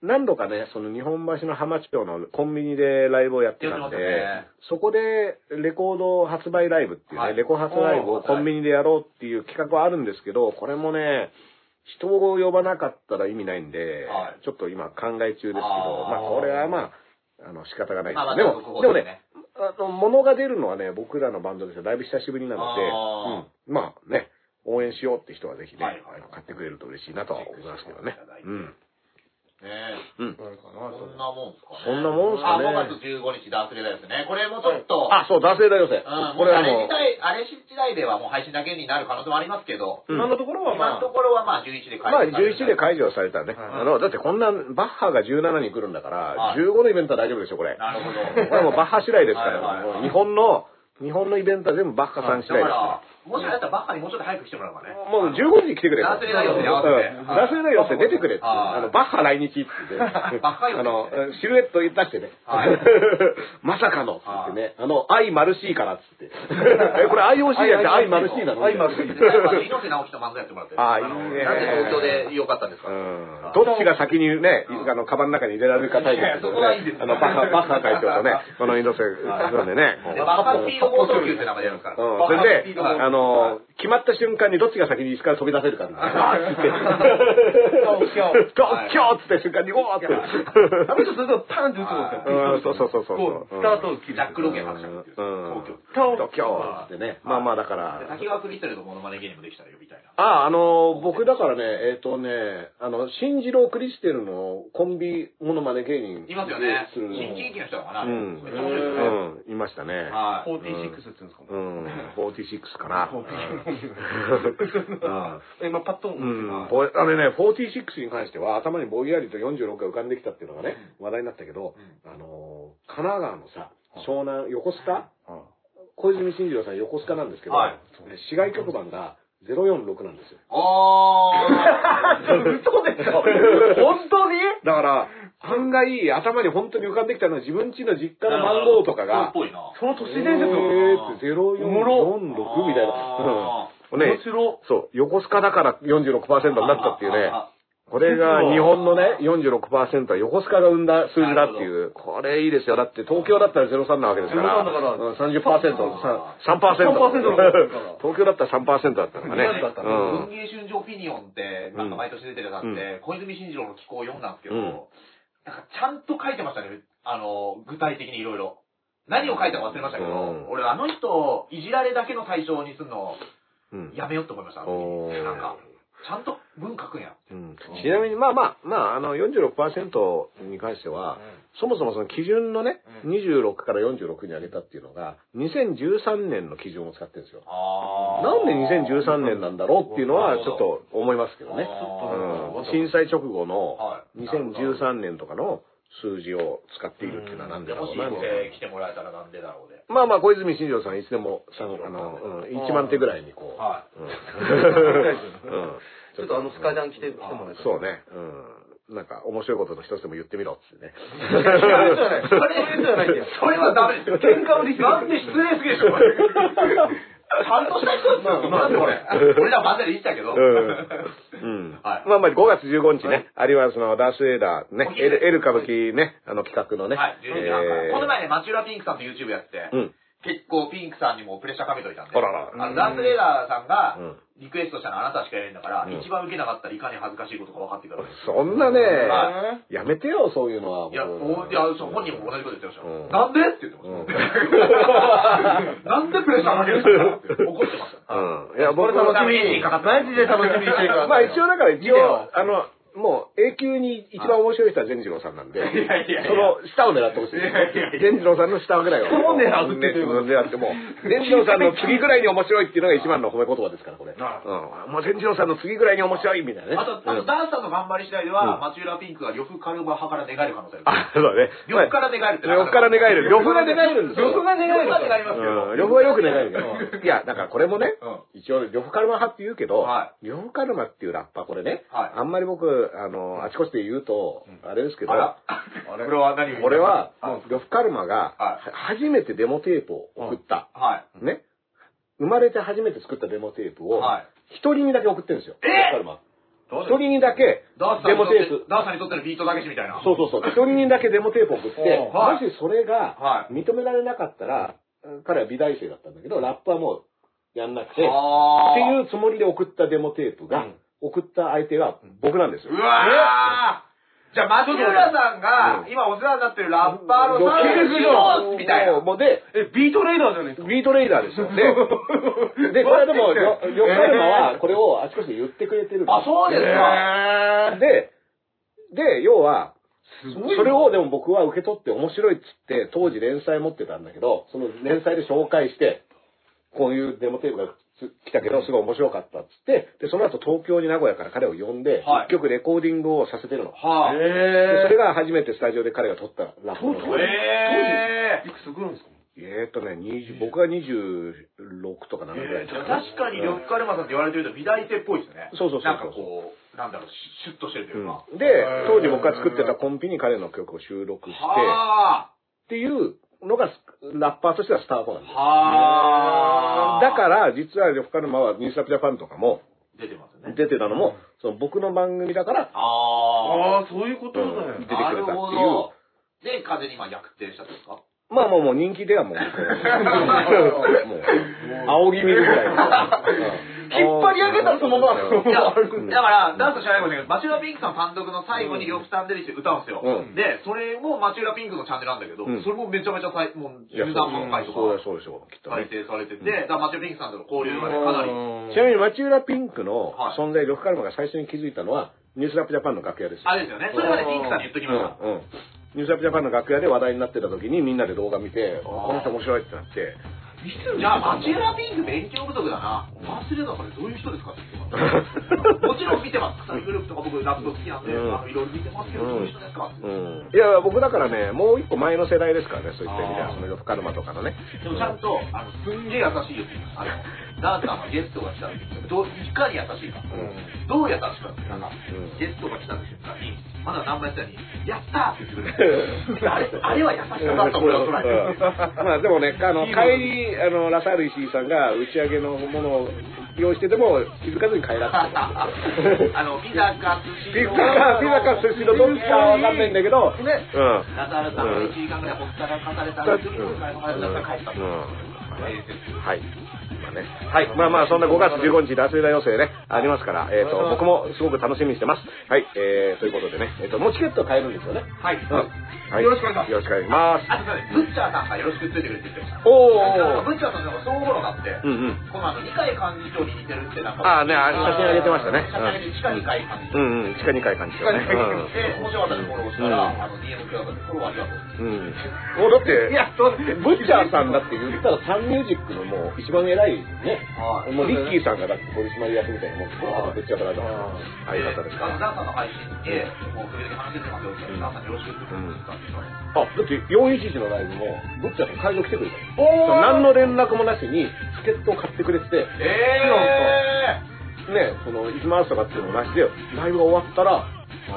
何度かね、その日本橋の浜町町のコンビニでライブをやってたんで、そこでレコード発売ライブっていうね、レコ発ライブをコンビニでやろうっていう企画はあるんですけど、これもね、人を呼ばなかったら意味ないんで、ちょっと今考え中ですけど、まあこれはまあ、仕方がないです。でもね、物が出るのはね、僕らのバンドですよ。だいぶ久しぶりなので、まあね、応援しようって人はぜひね、買ってくれると嬉しいなとは思いますけどね。 そんなもんすかね。 そんなもんすかね。 5月15日ダースレーダーですね。これもちょっと。 そう、ダースレーダー予選。 これあれ次第ではもう配信だけになる可能性もありますけど。 今のところはまあ 11で解除。 11で解除されたね。だってこんな、バッハが17に来るんだから、15のイベントは大丈夫でしょ、これ。 なるほど。 これもうバッハ次第ですから。日本のイベントは全部バッハさん次第ですから。 もしかしたらバッハにもうちょっと早く来てもらうかね。 もう15時に来てくれ。 ダースレーダー予選合わせて。 ダースレーダー予選出てくれって。バッハ来日って言って。シルエット出してね。まさかのってね。I マル C からっつって。これ IOC やって I マル C なの？ I マル C。猪瀬直樹と漫才やってもらって。 いいね。 なんで東京で良かったんですか？ どっちが先にね、カバンの中に入れられるか対決。 そこはいいです。 バッハ会長とね、この猪瀬君でね。 バッハスピード暴走級って名前でやるから。 それで、決まった瞬間にどっちが先に椅子から飛び出せるか。ドッキョーっつって瞬間に、おーって。 あの人それとパンって打つのそう。 スタートを切る。 ジャック・ロゲン伯爵っていう。 ドッキョーっつってね。まあだから。 滝川クリステルのモノマネ芸人もできたらよみたいな。 僕だからね、新次郎クリステルのコンビモノマネ芸人。 いますよね。新喜劇の人だかな。めっちゃ面白いですね。 いましたね。 46って言うんですか 46かな。 今パッと 46に関しては頭にぼんやりと46が浮かんできたっていうのがね、話題になったけど、神奈川のさ、湘南、横須賀小泉進次郎さん横須賀なんですけど、市外局番が046なんですよ。 嘘でしょ本当に？ だから、案外、頭に本当に浮かんできたのは自分家の実家の番号とかが、 その都市伝説の 0446みたいな。面白。そう、横須賀だから 46% になったっていうね。これが日本のね、46% は横須賀が生んだ数字だっていう。これいいですよ。だって東京だったら03なわけですから。30%、3%。東京だったら 3% だったのがね。 文芸春秋オピニオンって、なんか毎年出てるやつあって、小泉進次郎の寄稿を読んだんですけど、なんかちゃんと書いてましたね。具体的にいろいろ。何を書いたか忘れましたけど、俺あの人、いじられだけの対象にするの、やめようと思いました。なんか。ちゃんと文書くんや。 ちなみに、46% に関しては、そもそもその基準のね、26から46に上げたっていうのが、2013年の基準を使ってるんですよ。なんで2013年なんだろうっていうのは、ちょっと思いますけどね。震災直後の2013年とかの数字を使っているっていうのはなんでだろうな。 もし来てもらえたらなんでだろうで。 小泉進次郎さんいつでも、1万手ぐらいにこう。 ちょっとスカイダン来てもらえたら。 そうね。なんか面白いことの一つでも言ってみろってね。 それはダメですよ。喧嘩をできる。なんで失礼すぎでしょ、これ。ちゃんとした人ですよ。なんでこれ。俺ら漫才で言ったけど。 5月15日ね、あるいはそのダースレーダーね、L 歌舞伎ね、企画のね。 この前ね、町浦ピンクさんと YouTube やって、結構ピンクさんにもプレッシャーかけといたんで。ダースレーダーさんが、リクエストしたのあなたしかやれんだから、一番受けなかったらいかに恥ずかしいことか分かってから。 そんなね、やめてよ、そういうのは。 いや、本人も同じこと言ってました。なんでって言ってました。なんでプレッシャーかけるんですかって怒ってました。 いや、僕楽しみに。マジで楽しみにしてるから。 一応だから一応、もう永久に一番面白い人は善次郎さんなんで、その下を狙ってほしい。善次郎さんの下ぐらいを。 そう狙うっていう狙っても、善次郎さんの次ぐらいに面白いっていうのが一番の褒め言葉ですから、これ。もう善次郎さんの次ぐらいに面白いみたいなね。 あと、ダンスさんの頑張り次第では、町浦ピンクが呂布カルマ派から寝返る可能性ある。そうだね。 呂布から寝返るって。 呂布から寝返る。呂布が寝返るんですよ。 呂布が寝返る。 呂布はよく寝返るけど。いや、だからこれもね、一応呂布カルマ派って言うけど、呂布カルマっていうラッパー、これね、あんまり僕、あちこちで言うと、あれですけど、俺は、呂布カルマが、初めてデモテープを送った。ね。生まれて初めて作ったデモテープを、一人にだけ送ってるんですよ。呂布カルマ。 一人にだけデモテープ。 ダーさんにとってのビートだけしみたいな。 そう。一人にだけデモテープを送って、 はいもしそれが認められなかったら、彼は美大生だったんだけど、ラップはもうやんなくて、っていうつもりで送ったデモテープが、送った相手が僕なんですよ。 うわーじゃあ、松浦さんが、今お世話になってるラッパーのサービスみたいな。 もうで、 ビートレーダーじゃないですか。 ビートレーダーですよ。で、これでも、よかるまはこれをあちこちで言ってくれてる。 あ、そうですか。 で、要は、それをでも僕は受け取って面白いっつって、当時連載持ってたんだけど、その連載で紹介して、こういうデモテープが来たけど、すごい面白かったっつって、で、その後東京に名古屋から彼を呼んで、一曲レコーディングをさせてるの。でそれが初めてスタジオで彼が撮ったラップの。 当時、いくつぐらいですか？ 僕が26とか7ぐらい。 確かに呂布カルマさんって言われてると美大生っぽいですね。 そう。 なんかこう、なんだろう、シュッとしてるというか。 で、当時僕が作ってたコンピに彼の曲を収録して、っていうのがラッパーとしてはスタートなんですよ。だから実は呂布カルマはニュースラップジャパンとかも出てますよね。 出てたのもその僕の番組だからそういうことだよ。 出てくれたっていう。 で風に今逆転したんですか？ まあもう人気ではもう青気味ぐらい引っ張り上げたそのまま。 いや、だからダンス知らないかもしれないけど、マチュラピンクさん単独の最後に呂布さん出てきて歌うんですよ。で、それもマチュラピンクのチャンネルなんだけど、それもめちゃめちゃもう10何万回とかそうでしょうきっと再生されてて、だからマチュラピンクさんとの交流がね、かなり。 ちなみにマチュラピンクの存在、呂布カルマが最初に気づいたのはニュースラップジャパンの楽屋です。 あれですよね。それまでピンクさんに言っときました。 ニュースラップジャパンの楽屋で話題になってた時にみんなで動画見て、この人面白いってなって、 いや、マチュラピンク勉強不足だな。マスレーダーさんってどういう人ですかって言ってます。もちろん見てます。草薙グループとか僕ラップ好きなんで、いろいろ見てますけど、どういう人ですかって。 いや、僕だからね、もう一個前の世代ですからね、そういった意味では、その呂布カルマとかのね。 でもちゃんと、すんげえ優しいよって言います。ダーツさんがゲストが来た時に、いかに優しいか。どう優しかったか。ゲストが来た時に、まだ何もやったのに、やったーって言ってくれる。あれは優しさだった俺は捉えてる。 まあでもね、帰り、ラサール石井さんが打ち上げのものを用意してても気づかずに帰らせてピザか寿司のどっちかはわかんないんだけど、ね。 ラサールさんが1時間ぐらいほったらかされたら、次の回も帰った。 はい。はい。まあそんな5月15日ラスベガス予選ね、ありますから、僕もすごく楽しみにしてます。はい。ということでね、もうチケット買えるんですよね。 はい。 よろしくお願いします。よろしくお願いします。 あとね、ブッチャーさんがよろしくついてくれって言ってました。ブッチャーさんの相互論があって、この二階幹事長に似てるってなんか。 写真あげてましたね。 写真あげて地下2階幹事長。 地下2階幹事長ね。 で、面白かったらフォローしたら、DM くださって、フォローありがとう。 もうだって、ブッチャーさんだって言ったらサンミュージックのもう一番偉いね。もうリッキーさんがだって取締役みたいなもんですよ。ブッチャーからの相方ですから。 ダンさんの配信で、もう時々話してますよって、ダンさんよろしくって言ってたんですよ。 だって411のライブもブッチャーさん会場来てくれたの。何の連絡もなしにチケットを買ってくれてて、ね、その行きますとかっていうのもなしでライブが終わったら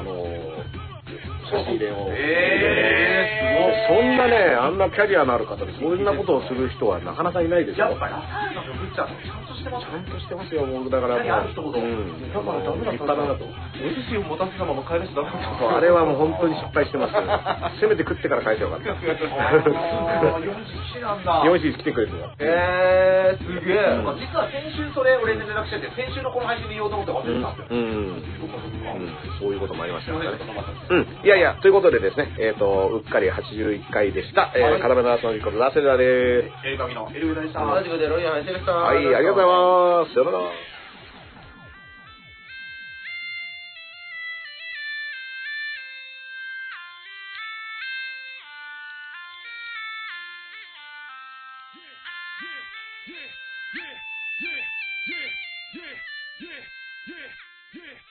差し入れを。そんなね、あんなキャリアのある方でそんなことをする人はなかなかいないですよ。 やっぱりラサールさんのブッチャーさんちゃんとしてます。 ちゃんとしてますよ、もうだからもう。 ある一言。だからダメだったなと。お寿司を持たせたまま帰らせたなと。 あれはもう本当に失敗してます。せめて食ってから帰ってよかった。 411なんだ。 411来てくれてた。 すげえ。 実は先週それ俺に連絡してて、先週のこの配信で言おうと思って忘れてたんですよ。 そういうこともありましたからね。いやいや、ということでですね、うっかり81回でした。カラメラスのリコルラセラです。 エルカミのエルウダでした。 同じくでロイヤーでした。 はい、ありがとうございます。さよなら。Yeah.